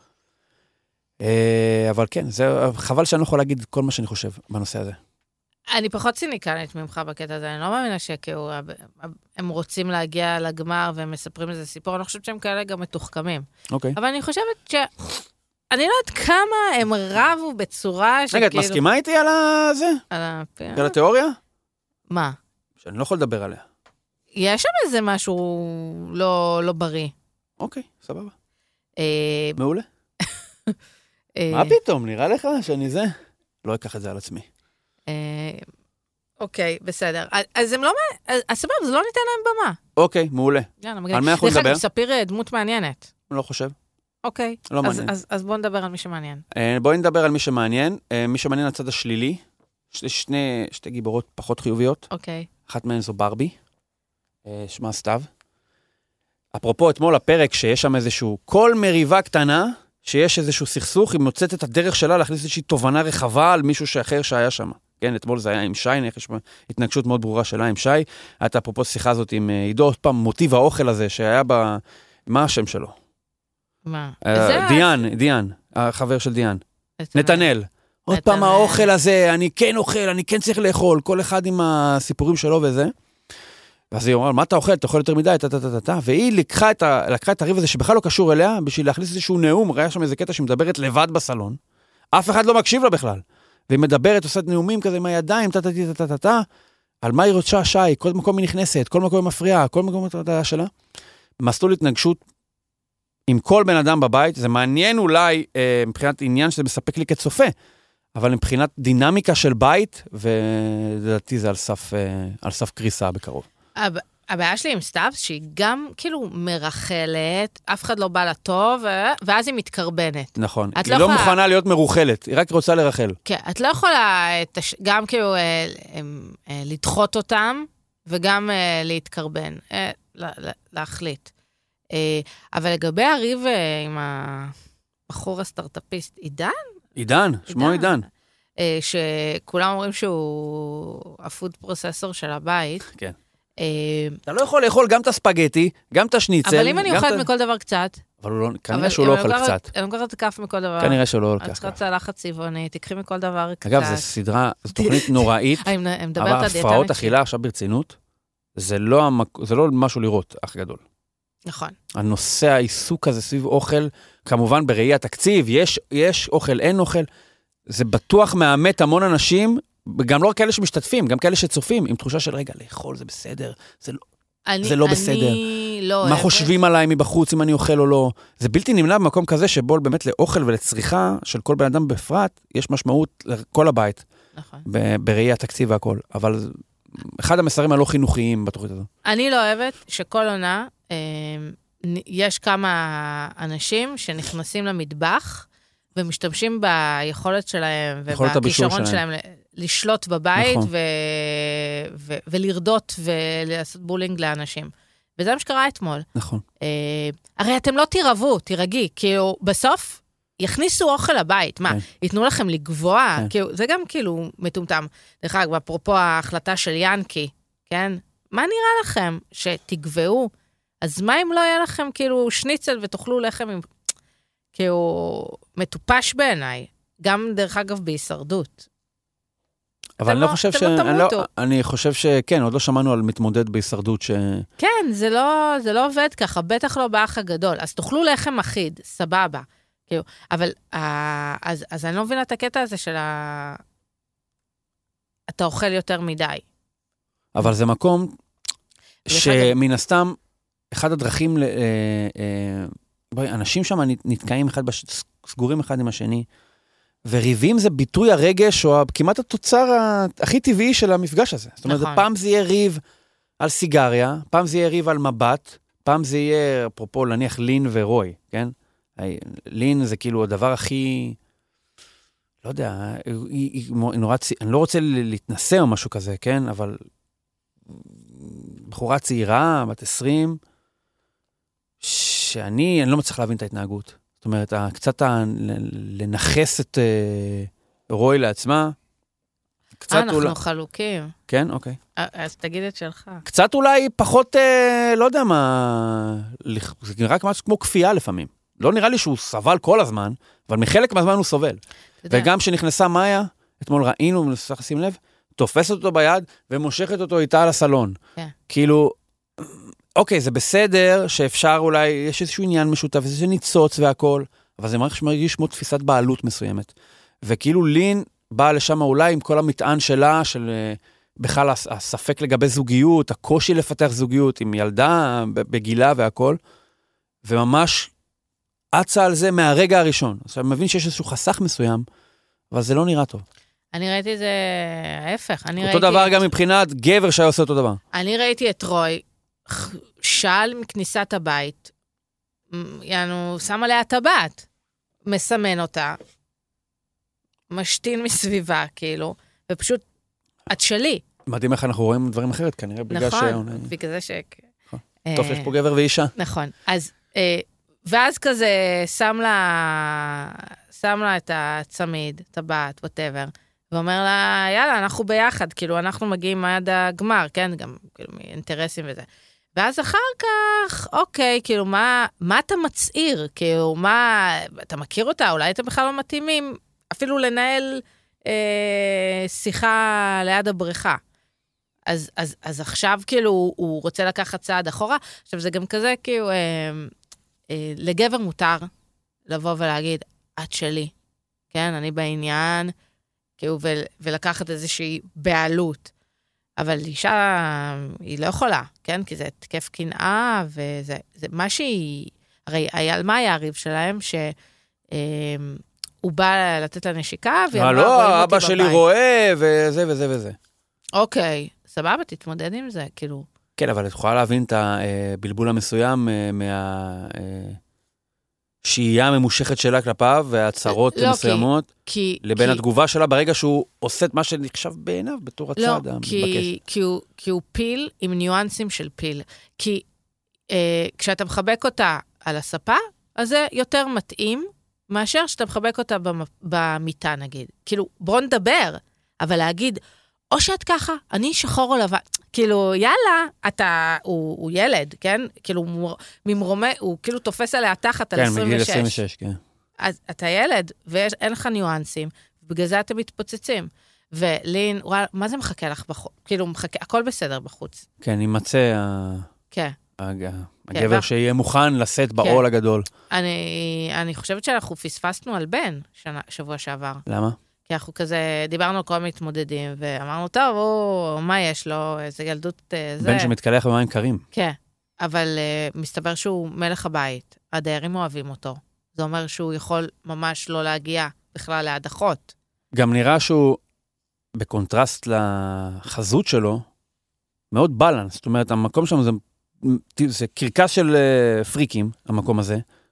אבל כן, זה חבל שאני לא יכול להגיד כל מה שאני חושב בנושא הזה. אני פחות ציניקנית ממך בקטע הזה, אני לא מאמינה שכאילו, הם רוצים להגיע לגמר והם מספרים איזה סיפור, אני חושבת שהם כאלה גם מתוחכמים. אוקיי. אבל אני חושבת ש... אני לא יודעת כמה הם רבו בצורה שכאילו... רגע, את מסכימה איתי על הזה? על הפיר? על התיאוריה? מה? שאני לא יכול לדבר עליה. יש שם איזה משהו לא, לא בריא. אוקיי, סבבה. אה, מעולה. אה, מה פתאום? נראה לך שאני זה? לא אקח את זה על עצמי. אה, אוקיי, בסדר. אז הם לא... אז סבבה, זה לא ניתן להם במה. אוקיי, מעולה. יאללה, מגניב. על מה אנחנו דרך נדבר? אגב, ספיר דמות מעניינת. אני לא חושב. אוקיי. לא אז, מעניין. אז, אז בואו נדבר על מי שמעניין. אה, בואי נדבר על מי שמעניין. אה, מי שמעניין הצד השלילי. יש שני, שתי גיבורות פחות חיוביות. אוקיי. אחת מהן זו ברבי. אה, שמה סתיו. אפרופו, אתמול הפרק שיש שם איזשהו, כל מריבה קטנה, שיש איזשהו סכסוך, היא מוצאת את הדרך שלה להכניס איזושהי תובנה רחבה על מישהו שאחר שהיה שם. כן, אתמול זה היה עם שי, יש התנגשות מאוד ברורה שלה עם שי. הייתה אפרופו שיחה הזאת עם עידו, עוד פעם מוטיב האוכל הזה שהיה ב... מה השם שלו? מה? דיאן, דיאן, החבר של דיאן. נתנאל. עוד פעם האוכל הזה, אני כן אוכל, אני כן צריך לאכול, כל אחד עם הסיפורים שלו וזה. ואז היא אומרת, מה אתה אוכל? אתה אוכל יותר מדי, טה-טה-טה-טה. והיא לקחה את, ה... לקחה את הריב הזה שבכלל לא קשור אליה, בשביל להכניס איזשהו נאום, ראה שם איזה קטע שמדברת לבד בסלון. אף אחד לא מקשיב לה בכלל. והיא מדברת, עושה נאומים כזה עם הידיים, טה-טה-טה-טה-טה, על מה היא רוצה שי, כל מקום היא נכנסת, כל מקום היא מפריעה, כל מקום היא שלה. מסלול התנגשות עם כל בן אדם בבית, זה מעניין אולי אה, מבחינת עניין שזה מספק לי כצופה, אבל מבחינת דינמיקה של בית, ולדעתי זה על סף, אה, על סף קריסה בקרוב. הבעיה שלי עם סתיו, שהיא גם כאילו מרחלת, אף אחד לא בא לה טוב, ואז היא מתקרבנת. נכון, היא לא מוכנה להיות מרוחלת, היא רק רוצה לרחל. כן, את לא יכולה גם כאילו לדחות אותם, וגם להתקרבן, להחליט. אבל לגבי הריב עם הבחור הסטארט-אפיסט, עידן? עידן, שמו עידן. שכולם אומרים שהוא הפוד פרוססור של הבית. כן. אתה לא יכול לאכול גם את הספגטי, גם את השניצל. אבל אם אני אוכלת מכל דבר קצת... אבל כנראה שהוא לא אוכל קצת. אני לוקחת כף מכל דבר. כנראה שהוא לא אוכל קצת. את צריכה צלחת צבעוני, תקחי מכל דבר קצת. אגב, זו סדרה, זו תוכנית נוראית. אבל הפרעות אכילה עכשיו ברצינות, זה לא משהו לראות, אח גדול. נכון. הנושא העיסוק הזה סביב אוכל, כמובן בראי התקציב, יש אוכל, אין אוכל. זה בטוח מאמת המון אנשים, גם לא רק כאלה שמשתתפים, גם כאלה שצופים, עם תחושה של רגע, לאכול זה בסדר, זה לא, אני, זה לא אני בסדר. לא מה חושבים עליי מבחוץ אם אני אוכל או לא? זה בלתי נמנע במקום כזה שבו באמת לאוכל ולצריכה של כל בן אדם בפרט, יש משמעות לכל הבית. נכון. בראי התקציב והכל. אבל אחד המסרים הלא חינוכיים בתוכנית הזו. אני לא אוהבת שכל עונה, אה, יש כמה אנשים שנכנסים למטבח, ומשתמשים ביכולת שלהם, ובכישרון שלהם לשלוט בבית, נכון. ו... ו... ולרדות ולעשות בולינג לאנשים. וזה מה שקרה אתמול. נכון. אה, הרי אתם לא תירבו, תירגעי, כאילו בסוף יכניסו אוכל לבית, מה, כן. ייתנו לכם לגבוה, כן. כאילו, זה גם כאילו מטומטם. דרך אגב, אפרופו ההחלטה של ינקי, כן? מה נראה לכם? שתגבעו? אז מה אם לא יהיה לכם כאילו שניצל ותאכלו לחם עם... כאילו, מטופש בעיניי, גם דרך אגב בהישרדות. אבל אני לא חושב ש... אני, לא, אני חושב שכן, עוד לא שמענו על מתמודד בהישרדות ש... כן, זה לא, זה לא עובד ככה, בטח לא באח הגדול. אז תאכלו לחם אחיד, סבבה. כאילו, אבל, אז, אז אני לא מבינה את הקטע הזה של ה... אתה אוכל יותר מדי. אבל זה מקום שמן הסתם, אחד הדרכים, ל... אנשים שם נתקעים אחד, בש... סגורים אחד עם השני, וריבים זה ביטוי הרגש, או כמעט התוצר הכי טבעי של המפגש הזה. זאת אומרת, פעם זה יהיה ריב על סיגריה, פעם זה יהיה ריב על מבט, פעם זה יהיה, אפרופו, להניח לין ורוי, כן? לין זה כאילו הדבר הכי, לא יודע, היא, היא נורא, אני לא רוצה להתנסה או משהו כזה, כן? אבל בחורה צעירה, בת עשרים, שאני, אני לא מצליח להבין את ההתנהגות. זאת אומרת, קצת לנחס את רוי לעצמה. אה, אנחנו חלוקים. כן, אוקיי. אז תגיד את שלך. קצת אולי פחות, לא יודע מה, זה נראה משהו כמו כפייה לפעמים. לא נראה לי שהוא סבל כל הזמן, אבל מחלק מהזמן הוא סובל. וגם שנכנסה מאיה, אתמול ראינו, מנסח לשים לב, תופסת אותו ביד ומושכת אותו איתה על הסלון. כאילו, אוקיי, זה בסדר שאפשר אולי, יש איזשהו עניין משותף, איזשהו ניצוץ והכל, אבל זה מרגיש כמו תפיסת בעלות מסוימת. וכאילו לין באה לשם אולי עם כל המטען שלה, של בכלל הספק לגבי זוגיות, הקושי לפתח זוגיות עם ילדה בגילה והכל, וממש עצה על זה מהרגע הראשון. עכשיו, אני מבין שיש איזשהו חסך מסוים, אבל זה לא נראה טוב. אני ראיתי את זה ההפך. אותו דבר גם מבחינת גבר שהיה עושה אותו דבר. אני ראיתי את רוי, שאל מכניסת הבית, יענו, שם עליה טבעת, מסמן אותה, משתין מסביבה, כאילו, ופשוט, את שלי. מדהים איך אנחנו רואים דברים אחרת, כנראה בגלל ש... נכון, בגלל ש... טוב, יש פה גבר ואישה. נכון, אז, ואז כזה, שם לה, שם לה את הצמיד, טבעת, whatever, ואומר לה, יאללה, אנחנו ביחד, כאילו, אנחנו מגיעים עד הגמר, כן, גם, כאילו, מאינטרסים וזה. ואז אחר כך, אוקיי, כאילו, מה, מה אתה מצעיר? כאילו, מה, אתה מכיר אותה? אולי אתם בכלל לא מתאימים, אפילו לנהל אה, שיחה ליד הבריכה. אז, אז, אז עכשיו, כאילו, הוא, הוא רוצה לקחת צעד אחורה. עכשיו, זה גם כזה, כאילו, אה, אה, לגבר מותר לבוא ולהגיד, את שלי, כן? אני בעניין, כאילו, ו, ולקחת איזושהי בעלות. אבל אישה, היא לא יכולה, כן? כי זה תקף קנאה, וזה זה מה שהיא... הרי על מה היה הריב שלהם? שהוא בא לתת לה נשיקה, והיא אמרה, לא, אבא שלי רואה, וזה וזה וזה. אוקיי, סבבה, תתמודד עם זה, כאילו. כן, אבל את יכולה להבין את הבלבול המסוים מה... שהייה הממושכת שלה כלפיו, והצהרות לא, מסוימות, כי, לבין כי, התגובה שלה, ברגע שהוא עושה את מה שנחשב בעיניו, בתור הצעד לא, המתבקש. כי, כי, הוא, כי הוא פיל עם ניואנסים של פיל. כי אה, כשאתה מחבק אותה על הספה, אז זה יותר מתאים, מאשר שאתה מחבק אותה במיטה, נגיד. כאילו, בוא נדבר, אבל להגיד, או שאת ככה, אני שחור או לבן, כאילו, יאללה, אתה, הוא, הוא ילד, כן? כאילו, ממרומה, הוא כאילו תופס עליה תחת על עשרים ושש. כן, מגיל עשרים ושש, כן. אז אתה ילד, ואין לך ניואנסים, ובגלל זה אתם מתפוצצים. ולין, וואל, מה זה מחכה לך בחוץ? כאילו, מחכה, הכל בסדר בחוץ. כן, יימצא כן. הגבר שיהיה מוכן לשאת בעול הגדול. אני, אני חושבת שאנחנו פספסנו על בן שבוע שעבר. למה? כי אנחנו כזה, דיברנו על כל מתמודדים, ואמרנו, טוב, או, מה יש לו, איזה ילדות, זה. בן שמתקלח במים קרים. כן, אבל uh, מסתבר שהוא מלך הבית, הדיירים אוהבים אותו. זה אומר שהוא יכול ממש לא להגיע בכלל להדחות. גם נראה שהוא, בקונטרסט לחזות שלו, מאוד בלנס. זאת אומרת, המקום שם זה, זה קרקס של uh, פריקים, המקום הזה.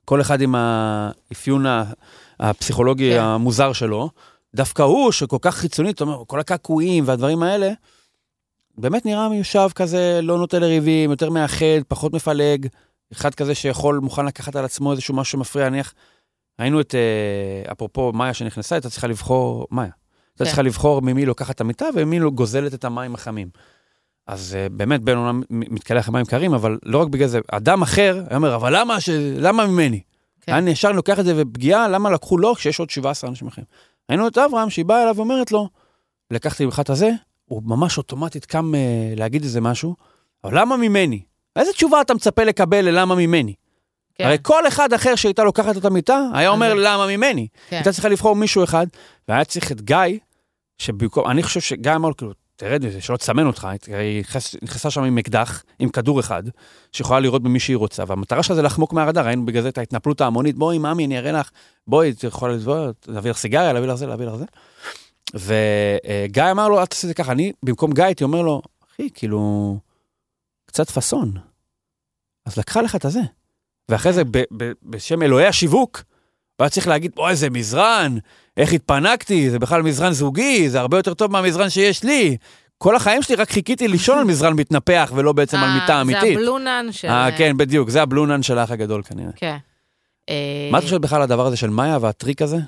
כל אחד עם האפיון הפסיכולוגי כן. המוזר שלו, דווקא הוא שכל כך חיצוני, זאת אומרת, כל הקעקועים והדברים האלה, באמת נראה מיושב כזה, לא נוטה לריבים, יותר מאחד, פחות מפלג, אחד כזה שיכול, מוכן לקחת על עצמו איזשהו משהו שמפריע, נניח, ראינו את, אפרופו מאיה שנכנסה, הייתה צריכה לבחור, מאיה, הייתה צריכה לבחור ממי לוקחת את המיטה, וממי לא גוזלת את המים החמים. אז באמת, בין עולם מתקלח המים קרים, אבל לא רק בגלל זה, אדם אחר, היה אומר, אבל למה, ש... למה ממני? אני ישר לוקח את זה בפגיעה, למה לקחו לו כשיש עוד שבעה עשר אנשים אחרים? ראינו את אברהם, שהיא באה אליו ואומרת לו, לקחתי בכת הזה, הוא ממש אוטומטית קם uh, להגיד איזה משהו, אבל למה ממני? איזה תשובה אתה מצפה לקבל ללמה ממני? כן. הרי כל אחד אחר שהייתה לוקחת את המיטה, היה אומר זה... למה ממני? כן. הייתה צריכה לבחור מישהו אחד, והיה צריך את גיא, שבמקום, אני חושב שגיא אמר לו, כאילו, תרד מזה, שלא תסמן אותך, היא נכנסה שם עם אקדח, עם כדור אחד, שיכולה לראות במי שהיא רוצה, והמטרה שלה זה לחמוק מהרדאר, ראינו בגלל זה את ההתנפלות ההמונית, בואי מאמי, אני אראה לך, בואי, את יכולה להביא לך סיגריה, להביא לך זה, להביא לך זה. וגיא אמר לו, אל תעשי זה ככה, אני במקום גיא הייתי אומר לו, אחי, כאילו, קצת פסון. אז לקחה לך את הזה. ואחרי זה, בשם אלוהי השיווק, הוא היה צריך להגיד, אוי, זה מזרן, איך התפנקתי, זה בכלל מזרן זוגי, זה הרבה יותר טוב מהמזרן שיש לי. כל החיים שלי רק חיכיתי לישון על מזרן מתנפח, ולא בעצם על מיטה אמיתית. זה הבלונן של... כן, בדיוק, זה הבלונן של האח הגדול כנראה. כן. מה את חושבת בכלל הדבר הזה של מאיה והטריק הזה?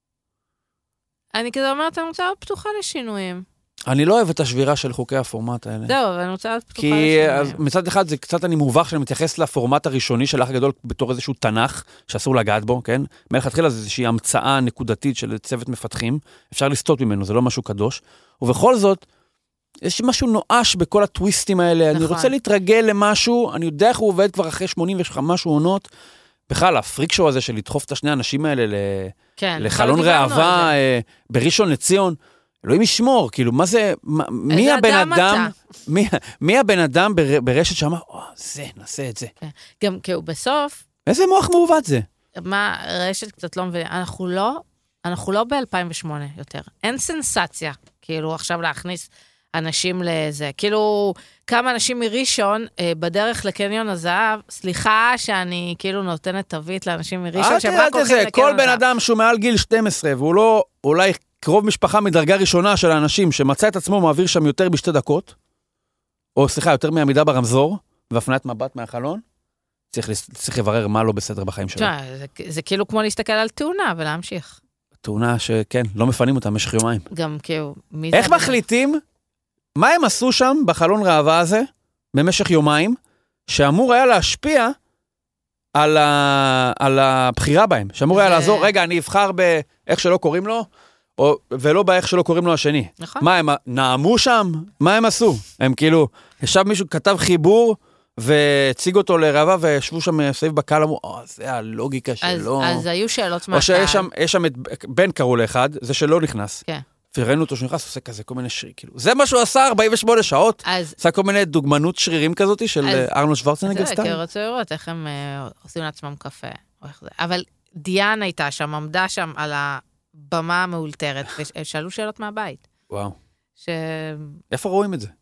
אני כזה אומרת, אני רוצה להיות פתוחה לשינויים. אני לא אוהב את השבירה של חוקי הפורמט האלה. זהו, אבל אני רוצה להיות פתוחה לשינויים. כי מצד אחד זה קצת אני מובך שאני מתייחס לפורמט הראשוני של האח הגדול בתור איזשהו תנך שאסור לגעת בו, כן? מלכתחילה זה איזושהי המצאה נקודתית של צוות מפתחים, אפשר לסטות ממנו, זה לא משהו קדוש. ובכל זאת, יש משהו נואש בכל הטוויסטים האלה, אני רוצה להתרגל למשהו, אני יודע איך הוא עובד כבר אחרי שמונים וחמש עונות, בכלל, הפריק שואו הזה של לדחוף את השני האנשים האלה לחלון ראווה בראשון לציון, אלוהים ישמור, כאילו, מה זה, מי הבן אדם, מי הבן אדם ברשת שאמר, או, זה, נעשה את זה. גם כאילו בסוף... איזה מוח מעובד זה? מה, רשת קצת לא מבינה, אנחנו לא, אנחנו לא ב-אלפיים ושמונה יותר. אין סנסציה, כאילו, עכשיו להכניס אנשים לזה. כאילו, כמה אנשים מראשון, בדרך לקניון הזהב, סליחה שאני כאילו נותנת תווית לאנשים מראשון, שהם רק הולכים לקניון הזהב. כל בן אדם שהוא מעל גיל שתים עשרה, והוא לא, אולי קרוב משפחה מדרגה ראשונה של האנשים, שמצא את עצמו מעביר שם יותר בשתי דקות, או סליחה, יותר מעמידה ברמזור, והפניית מבט מהחלון, צריך, צריך לברר מה לא בסדר בחיים שלו. זה, זה כאילו כמו להסתכל על תאונה ולהמשיך. תאונה שכן, לא מפנים אותה במשך יומיים. גם כאילו, מי איך מחליטים, מה הם עשו שם בחלון ראווה הזה, במשך יומיים, שאמור היה להשפיע על, ה... על הבחירה בהם, שאמור זה... היה לעזור, רגע, אני אבחר באיך שלא קוראים לו, או... ולא באיך שלא קוראים לו השני. נכון. מה, הם נעמו שם? מה הם עשו? הם כאילו, ישב מישהו, כתב חיבור, והציג אותו לרעבה, וישבו שם סביב בקהל, אמרו, או, זה הלוגיקה שלו. אז, אז היו שאלות מהקהל. או שיש שם, יש שם את בן קראו לאחד, זה שלא נכנס. כן. וראינו אותו שנכנס, עושה כזה כל מיני שרירים, כאילו. זה מה שהוא עשה ארבעים ושמונה שעות. אז... עשה כל מיני דוגמנות שרירים כזאת של אז... ארנולד שוורצנגר סטייל. זה, כי רצו לראות איך הם uh, עושים לעצמם קפה, או איך זה. אבל דיאן הייתה שם, עמדה שם על הבמה המאולתרת, ושאלו שאלות מהבית. וואו. ש... איפה רואים את זה?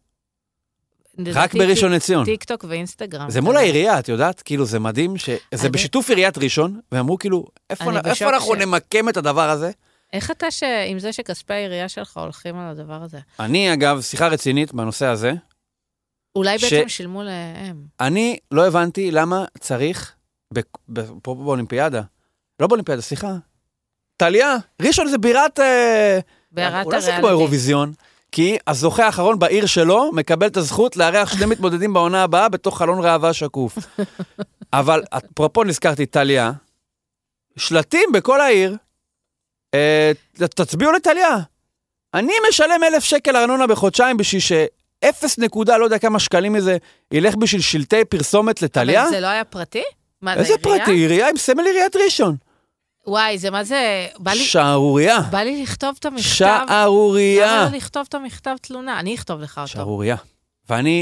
רק בראשון לציון. טיק טוק ואינסטגרם. זה מול העירייה, את יודעת? כאילו זה מדהים, שזה בשיתוף עיריית ראשון, ואמרו כאילו, איפה אנחנו נמקם את הדבר הזה? איך אתה ש... עם זה שכספי העירייה שלך הולכים על הדבר הזה? אני, אגב, שיחה רצינית בנושא הזה. אולי בעצם שילמו להם. אני לא הבנתי למה צריך, פה באולימפיאדה, לא באולימפיאדה, סליחה, טליה, ראשון זה בירת... בירת אולי זה כמו אירוויזיון, כי הזוכה האחרון בעיר שלו מקבל את הזכות לארח שני מתמודדים בעונה הבאה בתוך חלון ראווה שקוף. אבל, אפרופו נזכרתי, טליה, שלטים בכל העיר, תצביעו לטליה. אני משלם אלף שקל ארנונה בחודשיים בשביל שאפס נקודה, לא יודע כמה שקלים מזה, ילך בשביל שלטי פרסומת לטליה. אבל זה לא היה פרטי? מה זה, איזה פרטי? עירייה עם סמל עיריית ראשון. וואי, זה מה זה... שערוריה. בא לי לכתוב את המכתב. שערוריה. בא לי לכתוב את המכתב תלונה. אני אכתוב לך אותו. שערוריה. ואני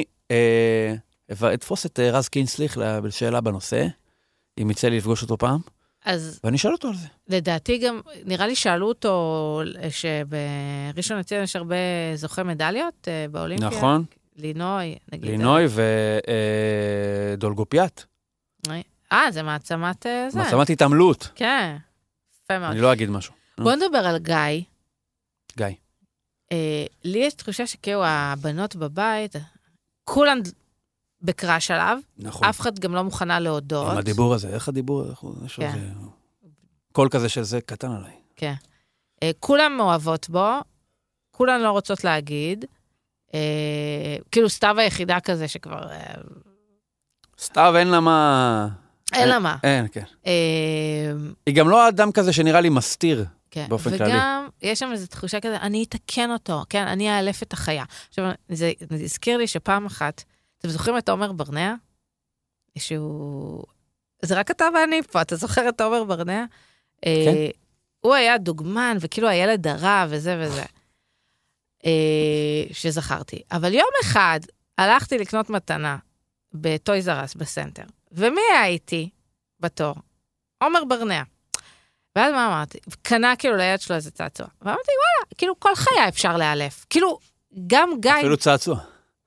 אתפוס את רז קינסליך לשאלה בנושא, אם יצא לי לפגוש אותו פעם. אז... ואני אשאל אותו על זה. לדעתי גם, נראה לי שאלו אותו שבראשון לציון יש הרבה זוכי מדליות באולימפיה. נכון. לינוי, נגיד. לינוי ודולגופיאט. אה, זה מעצמת זה. מעצמת התעמלות. כן, יפה מאוד. אני לא אגיד משהו. בוא נדבר על גיא. גיא. אה, לי יש תחושה שכאילו הבנות בבית, כולן בקראש עליו, נכון. אף אחד גם לא מוכנה להודות. עם הדיבור הזה, איך הדיבור? איך הוא, כן. זה... קול כזה של זה קטן עליי. כן. אה, כולן מאוהבות בו, כולן לא רוצות להגיד, אה, כאילו סתיו היחידה כזה שכבר... אה, סתיו אין לה מה... אין לה מה. אין, כן. אה, היא גם לא אדם כזה שנראה לי מסתיר. כן. באופן וגם, כללי. וגם יש שם איזו תחושה כזה, אני אתקן אותו, כן, אני אאלף את החיה. עכשיו, זה, זה הזכיר לי שפעם אחת, אתם זוכרים את עומר ברנע? שהוא... זה רק אתה ואני פה, אתה זוכר את עומר ברנע? כן. אה, הוא היה דוגמן, וכאילו הילד הרע וזה וזה. אה, שזכרתי. אבל יום אחד הלכתי לקנות מתנה בטויז אר אס בסנטר, ומי היה איתי בתור? עומר ברנע. ואז מה אמרתי? קנה כאילו ליד שלו איזה צעצוע. ואמרתי, וואלה, כאילו כל חיה אפשר לאלף. כאילו, גם גיא... אפילו צעצוע.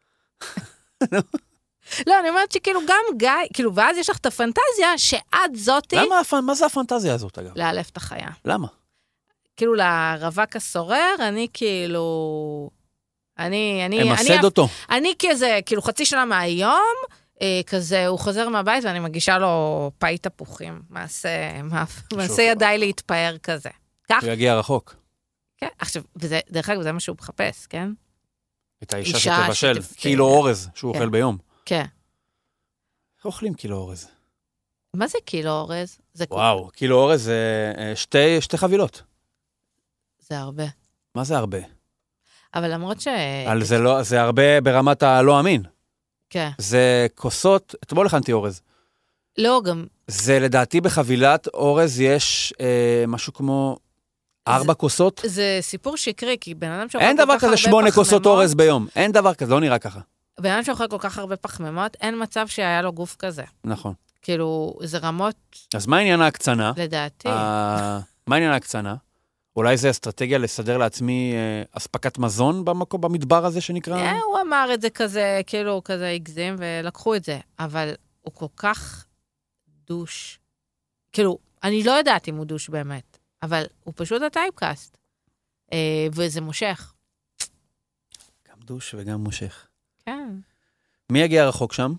לא, אני אומרת שכאילו גם גיא, כאילו, ואז יש לך את הפנטזיה שעד זאתי... למה, מה זה הפנטזיה הזאת, אגב? לאלף את החיה. למה? כאילו, לרווק הסורר, אני כאילו... אני... אני אמסד אני, אותו. אני כזה, כאילו, חצי שנה מהיום... כזה, הוא חוזר מהבית ואני מגישה לו פאי תפוחים, מעשה, מעשה ידיי להתפאר כזה. כך? הוא יגיע רחוק. כן, עכשיו, וזה, דרך אגב, זה מה שהוא מחפש, כן? את האישה שתבשל, קילו אורז שהוא אוכל ביום. כן. איך אוכלים קילו אורז? מה זה קילו אורז? וואו, קילו אורז זה שתי חבילות. זה הרבה. מה זה הרבה? אבל למרות ש... זה הרבה ברמת הלא אמין. כן. זה כוסות, אתמול הכנתי אורז. לא, גם... זה לדעתי בחבילת אורז יש אה, משהו כמו ארבע כוסות. זה סיפור שקרי, כי בן אדם שאוכל אין דבר כזה שמונה כוסות אורז ביום. אין דבר כזה, לא נראה ככה. בן אדם שאוכל כל כך הרבה פחמימות, אין מצב שהיה לו גוף כזה. נכון. כאילו, זה רמות... אז מה עניין ההקצנה? לדעתי. מה עניין ההקצנה? אולי זה אסטרטגיה לסדר לעצמי אה, אספקת מזון במקום, במדבר הזה שנקרא? אה, הוא אמר את זה כזה, כאילו, כזה הגזים, ולקחו את זה. אבל הוא כל כך דוש. כאילו, אני לא יודעת אם הוא דוש באמת, אבל הוא פשוט הטייפקאסט. אה, וזה מושך. גם דוש וגם מושך. כן. מי יגיע רחוק שם?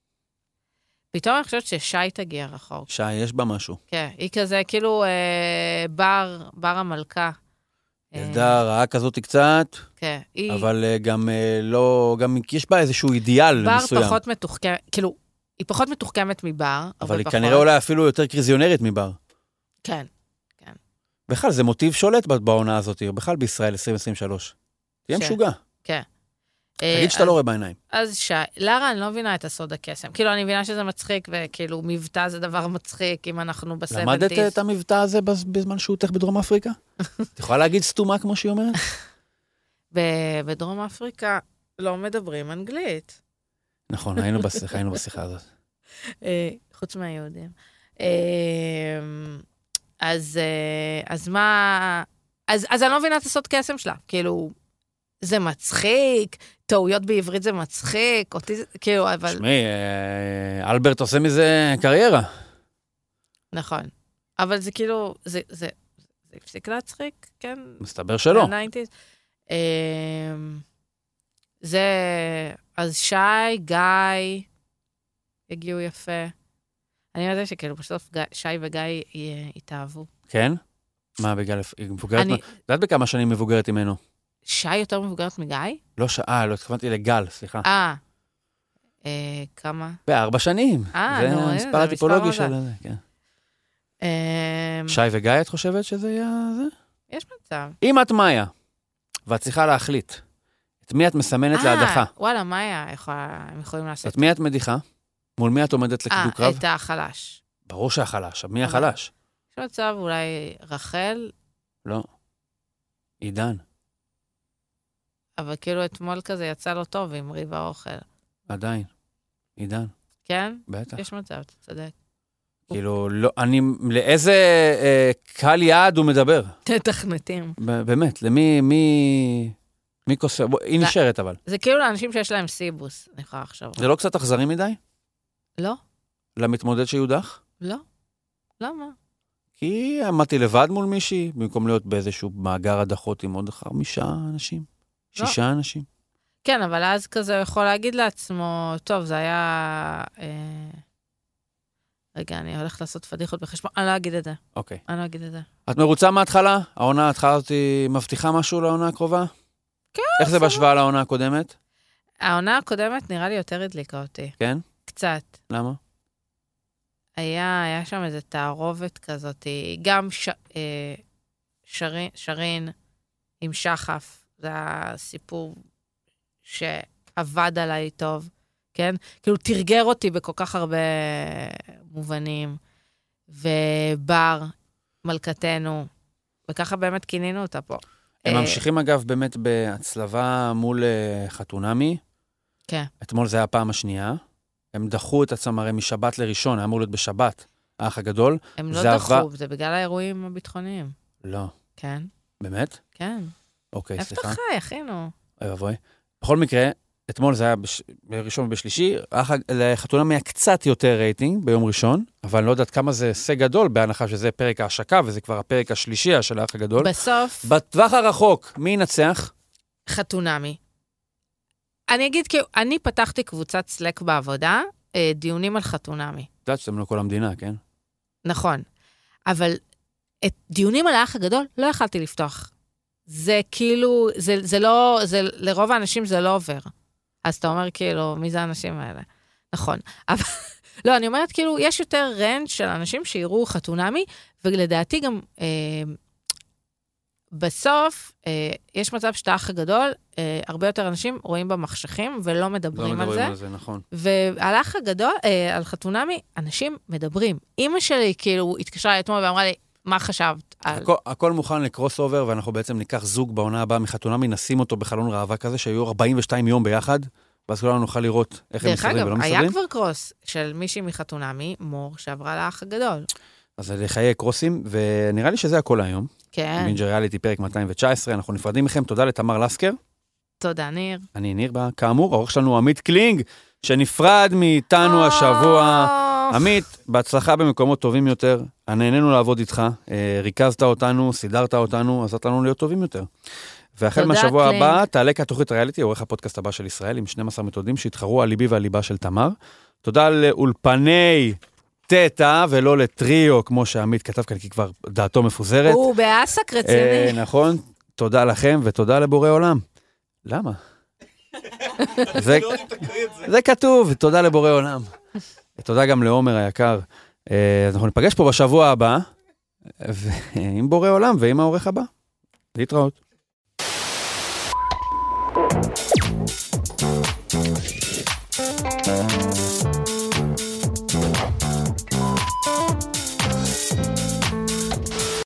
פתאום אני חושבת ששי תגיע רחוק. שי, יש בה משהו. כן, היא כזה, כאילו, אה, בר, בר המלכה. ילדה רעה כזאת קצת, כן, היא... אבל אה, גם אה, לא, גם יש בה איזשהו אידיאל בר מסוים. בר פחות מתוחכמת, כאילו, היא פחות מתוחכמת מבר. אבל היא פחות... כנראה אולי אפילו יותר קריזיונרית מבר. כן, כן. בכלל, זה מוטיב שולט בעונה הזאת, בכלל בישראל עשרים עשרים ושלוש. תהיה משוגע. כן. תגיד שאתה לא רואה בעיניים. אז שי, לרה, אני לא מבינה את הסוד הקסם. כאילו, אני מבינה שזה מצחיק, וכאילו, מבטא זה דבר מצחיק, אם אנחנו בסבנטיז. למדת את המבטא הזה בזמן שהותך בדרום אפריקה? את יכולה להגיד סתומה כמו שהיא אומרת? בדרום אפריקה לא מדברים אנגלית. נכון, היינו בשיחה, היינו בשיחה הזאת. חוץ מהיהודים. אז, אז מה... אז, אז אני לא מבינה את הסוד קסם שלה. כאילו, זה מצחיק, טעויות בעברית זה מצחיק, אותי זה, כאילו, אבל... שמי, אלברט עושה מזה קריירה. נכון. אבל זה כאילו, זה, זה, זה הפסיק להצחיק, כן? מסתבר שלא. זה, אז שי, גיא, הגיעו יפה. אני יודעת שכאילו בסוף שי וגיא יתאהבו. כן? מה, בגלל, היא מבוגרת? את יודעת בכמה שנים מבוגרת ממנו? שי יותר מבוגרת מגיא? לא שעה, לא התכוונתי לגל, סליחה. אה, כמה? בארבע שנים. אה, זה נו, המספר הטיפולוגי של זה, כן. אה... שי וגיא, את חושבת שזה יהיה זה? יש מצב. אם את מאיה, ואת צריכה להחליט, את מי את מסמנת להדחה? וואלה, מאיה, הם יכולים לעשות. את מי את מדיחה? מול מי את עומדת לכידוק רב? אה, את החלש. ברור שהחלש, מי החלש? יש מצב אולי רחל? לא. עידן. אבל כאילו אתמול כזה יצא לו טוב עם ריב האוכל. עדיין. עידן. כן? בטח. יש מצב, אתה צודק. כאילו, לא, אני, לאיזה אה, קהל יעד הוא מדבר? תתכנתים. באמת, למי, מי, מי כוסף? היא נשארת אבל. זה כאילו לאנשים שיש להם סיבוס, אני יכולה לחשוב. זה לא קצת אכזרי מדי? לא. למתמודד שיודח? לא. למה? כי עמדתי לבד מול מישהי, במקום להיות באיזשהו מאגר הדחות עם עוד חמישה אנשים, לא. שישה אנשים. כן, אבל אז כזה הוא יכול להגיד לעצמו, טוב, זה היה... אה... רגע, אני הולכת לעשות פדיחות בחשבון, אני לא אגיד את זה. אוקיי. אני לא אגיד את זה. את מרוצה מההתחלה? העונה, ההתחלה הזאת מבטיחה משהו לעונה הקרובה? כן. איך זה בהשוואה לעונה הקודמת? העונה הקודמת נראה לי יותר הדליקה אותי. כן? קצת. למה? היה, היה שם איזו תערובת כזאת, גם ש, אה, שרין, שרין עם שחף, זה הסיפור שעבד עליי טוב, כן? כאילו תרגר אותי בכל כך הרבה מובנים, ובר, מלכתנו, וככה באמת כינינו אותה פה. הם ממשיכים אגב באמת בהצלבה מול חתונמי. כן. אתמול זה היה הפעם השנייה. הם דחו את עצמם הרי משבת לראשון, היה אמור להיות בשבת, האח הגדול. הם לא דחו, עבר... זה בגלל האירועים הביטחוניים. לא. כן. באמת? כן. אוקיי, איפה סליחה. איפה אתה חי, אחינו? אוי אבוי. בכל מקרה, אתמול זה היה בש... בראשון ובשלישי, לחתונמי היה קצת יותר רייטינג ביום ראשון, אבל אני לא יודעת כמה זה הישג גדול, בהנחה שזה פרק ההשקה, וזה כבר הפרק השלישי של האח הגדול. בסוף... בטווח הרחוק, מי ינצח? חתונמי. אני אגיד, כאילו, אני פתחתי קבוצת סלק בעבודה, דיונים על חתונמי. את יודעת שאתם לא כל המדינה, כן? נכון. אבל את דיונים על האח הגדול לא יכלתי לפתוח. זה כאילו, זה, זה לא, זה, לרוב האנשים זה לא עובר. אז אתה אומר, כאילו, מי זה האנשים האלה? נכון. אבל, לא, אני אומרת, כאילו, יש יותר רנד של אנשים שיראו חתונמי, ולדעתי גם... אה, בסוף, אה, יש מצב שאתה האח הגדול, אה, הרבה יותר אנשים רואים במחשכים ולא מדברים, לא על מדברים זה. על זה, נכון. ועל האח הגדול, אה, על חתונמי, אנשים מדברים. אמא שלי כאילו התקשרה אתמול ואמרה לי, מה חשבת? על... הכל, הכל מוכן לקרוס אובר, ואנחנו בעצם ניקח זוג בעונה הבאה מחתונמי, נשים אותו בחלון ראווה כזה, שהיו ארבעים ושתיים יום ביחד, ואז כולנו נוכל לראות איך הם מסתדרים ולא מסתדרים. היה כבר קרוס של מישהי מחתונמי, מור, שעברה לאח הגדול. אז לחיי קרוסים, ונראה לי שזה הכל היום. כן. בינג'ר ריאליטי פרק מאתיים תשע עשרה, אנחנו נפרדים מכם, תודה לתמר לסקר. תודה, ניר. אני ניר בה, כאמור, האורך שלנו עמית קלינג, שנפרד מאיתנו השבוע. עמית, בהצלחה במקומות טובים יותר, נהנינו לעבוד איתך, ריכזת אותנו, סידרת אותנו, עזרת לנו להיות טובים יותר. והחל מהשבוע הבא, תעלה כתוכנית ריאליטי, עורך הפודקאסט הבא של ישראל, עם שנים עשר מתודים שהתחרו על ליבי ועל ליבה של תמר. תודה לאולפני תטא, ולא לטריו, כמו שעמית כתב כאן, כי כבר דעתו מפוזרת. הוא בעסק רציני. נכון, תודה לכם, ותודה לבורא עולם. למה? זה, זה כתוב, תודה לבורא עולם. תודה גם לעומר היקר. אז אנחנו ניפגש פה בשבוע הבא, עם בורא עולם ועם העורך הבא. להתראות. Thank you.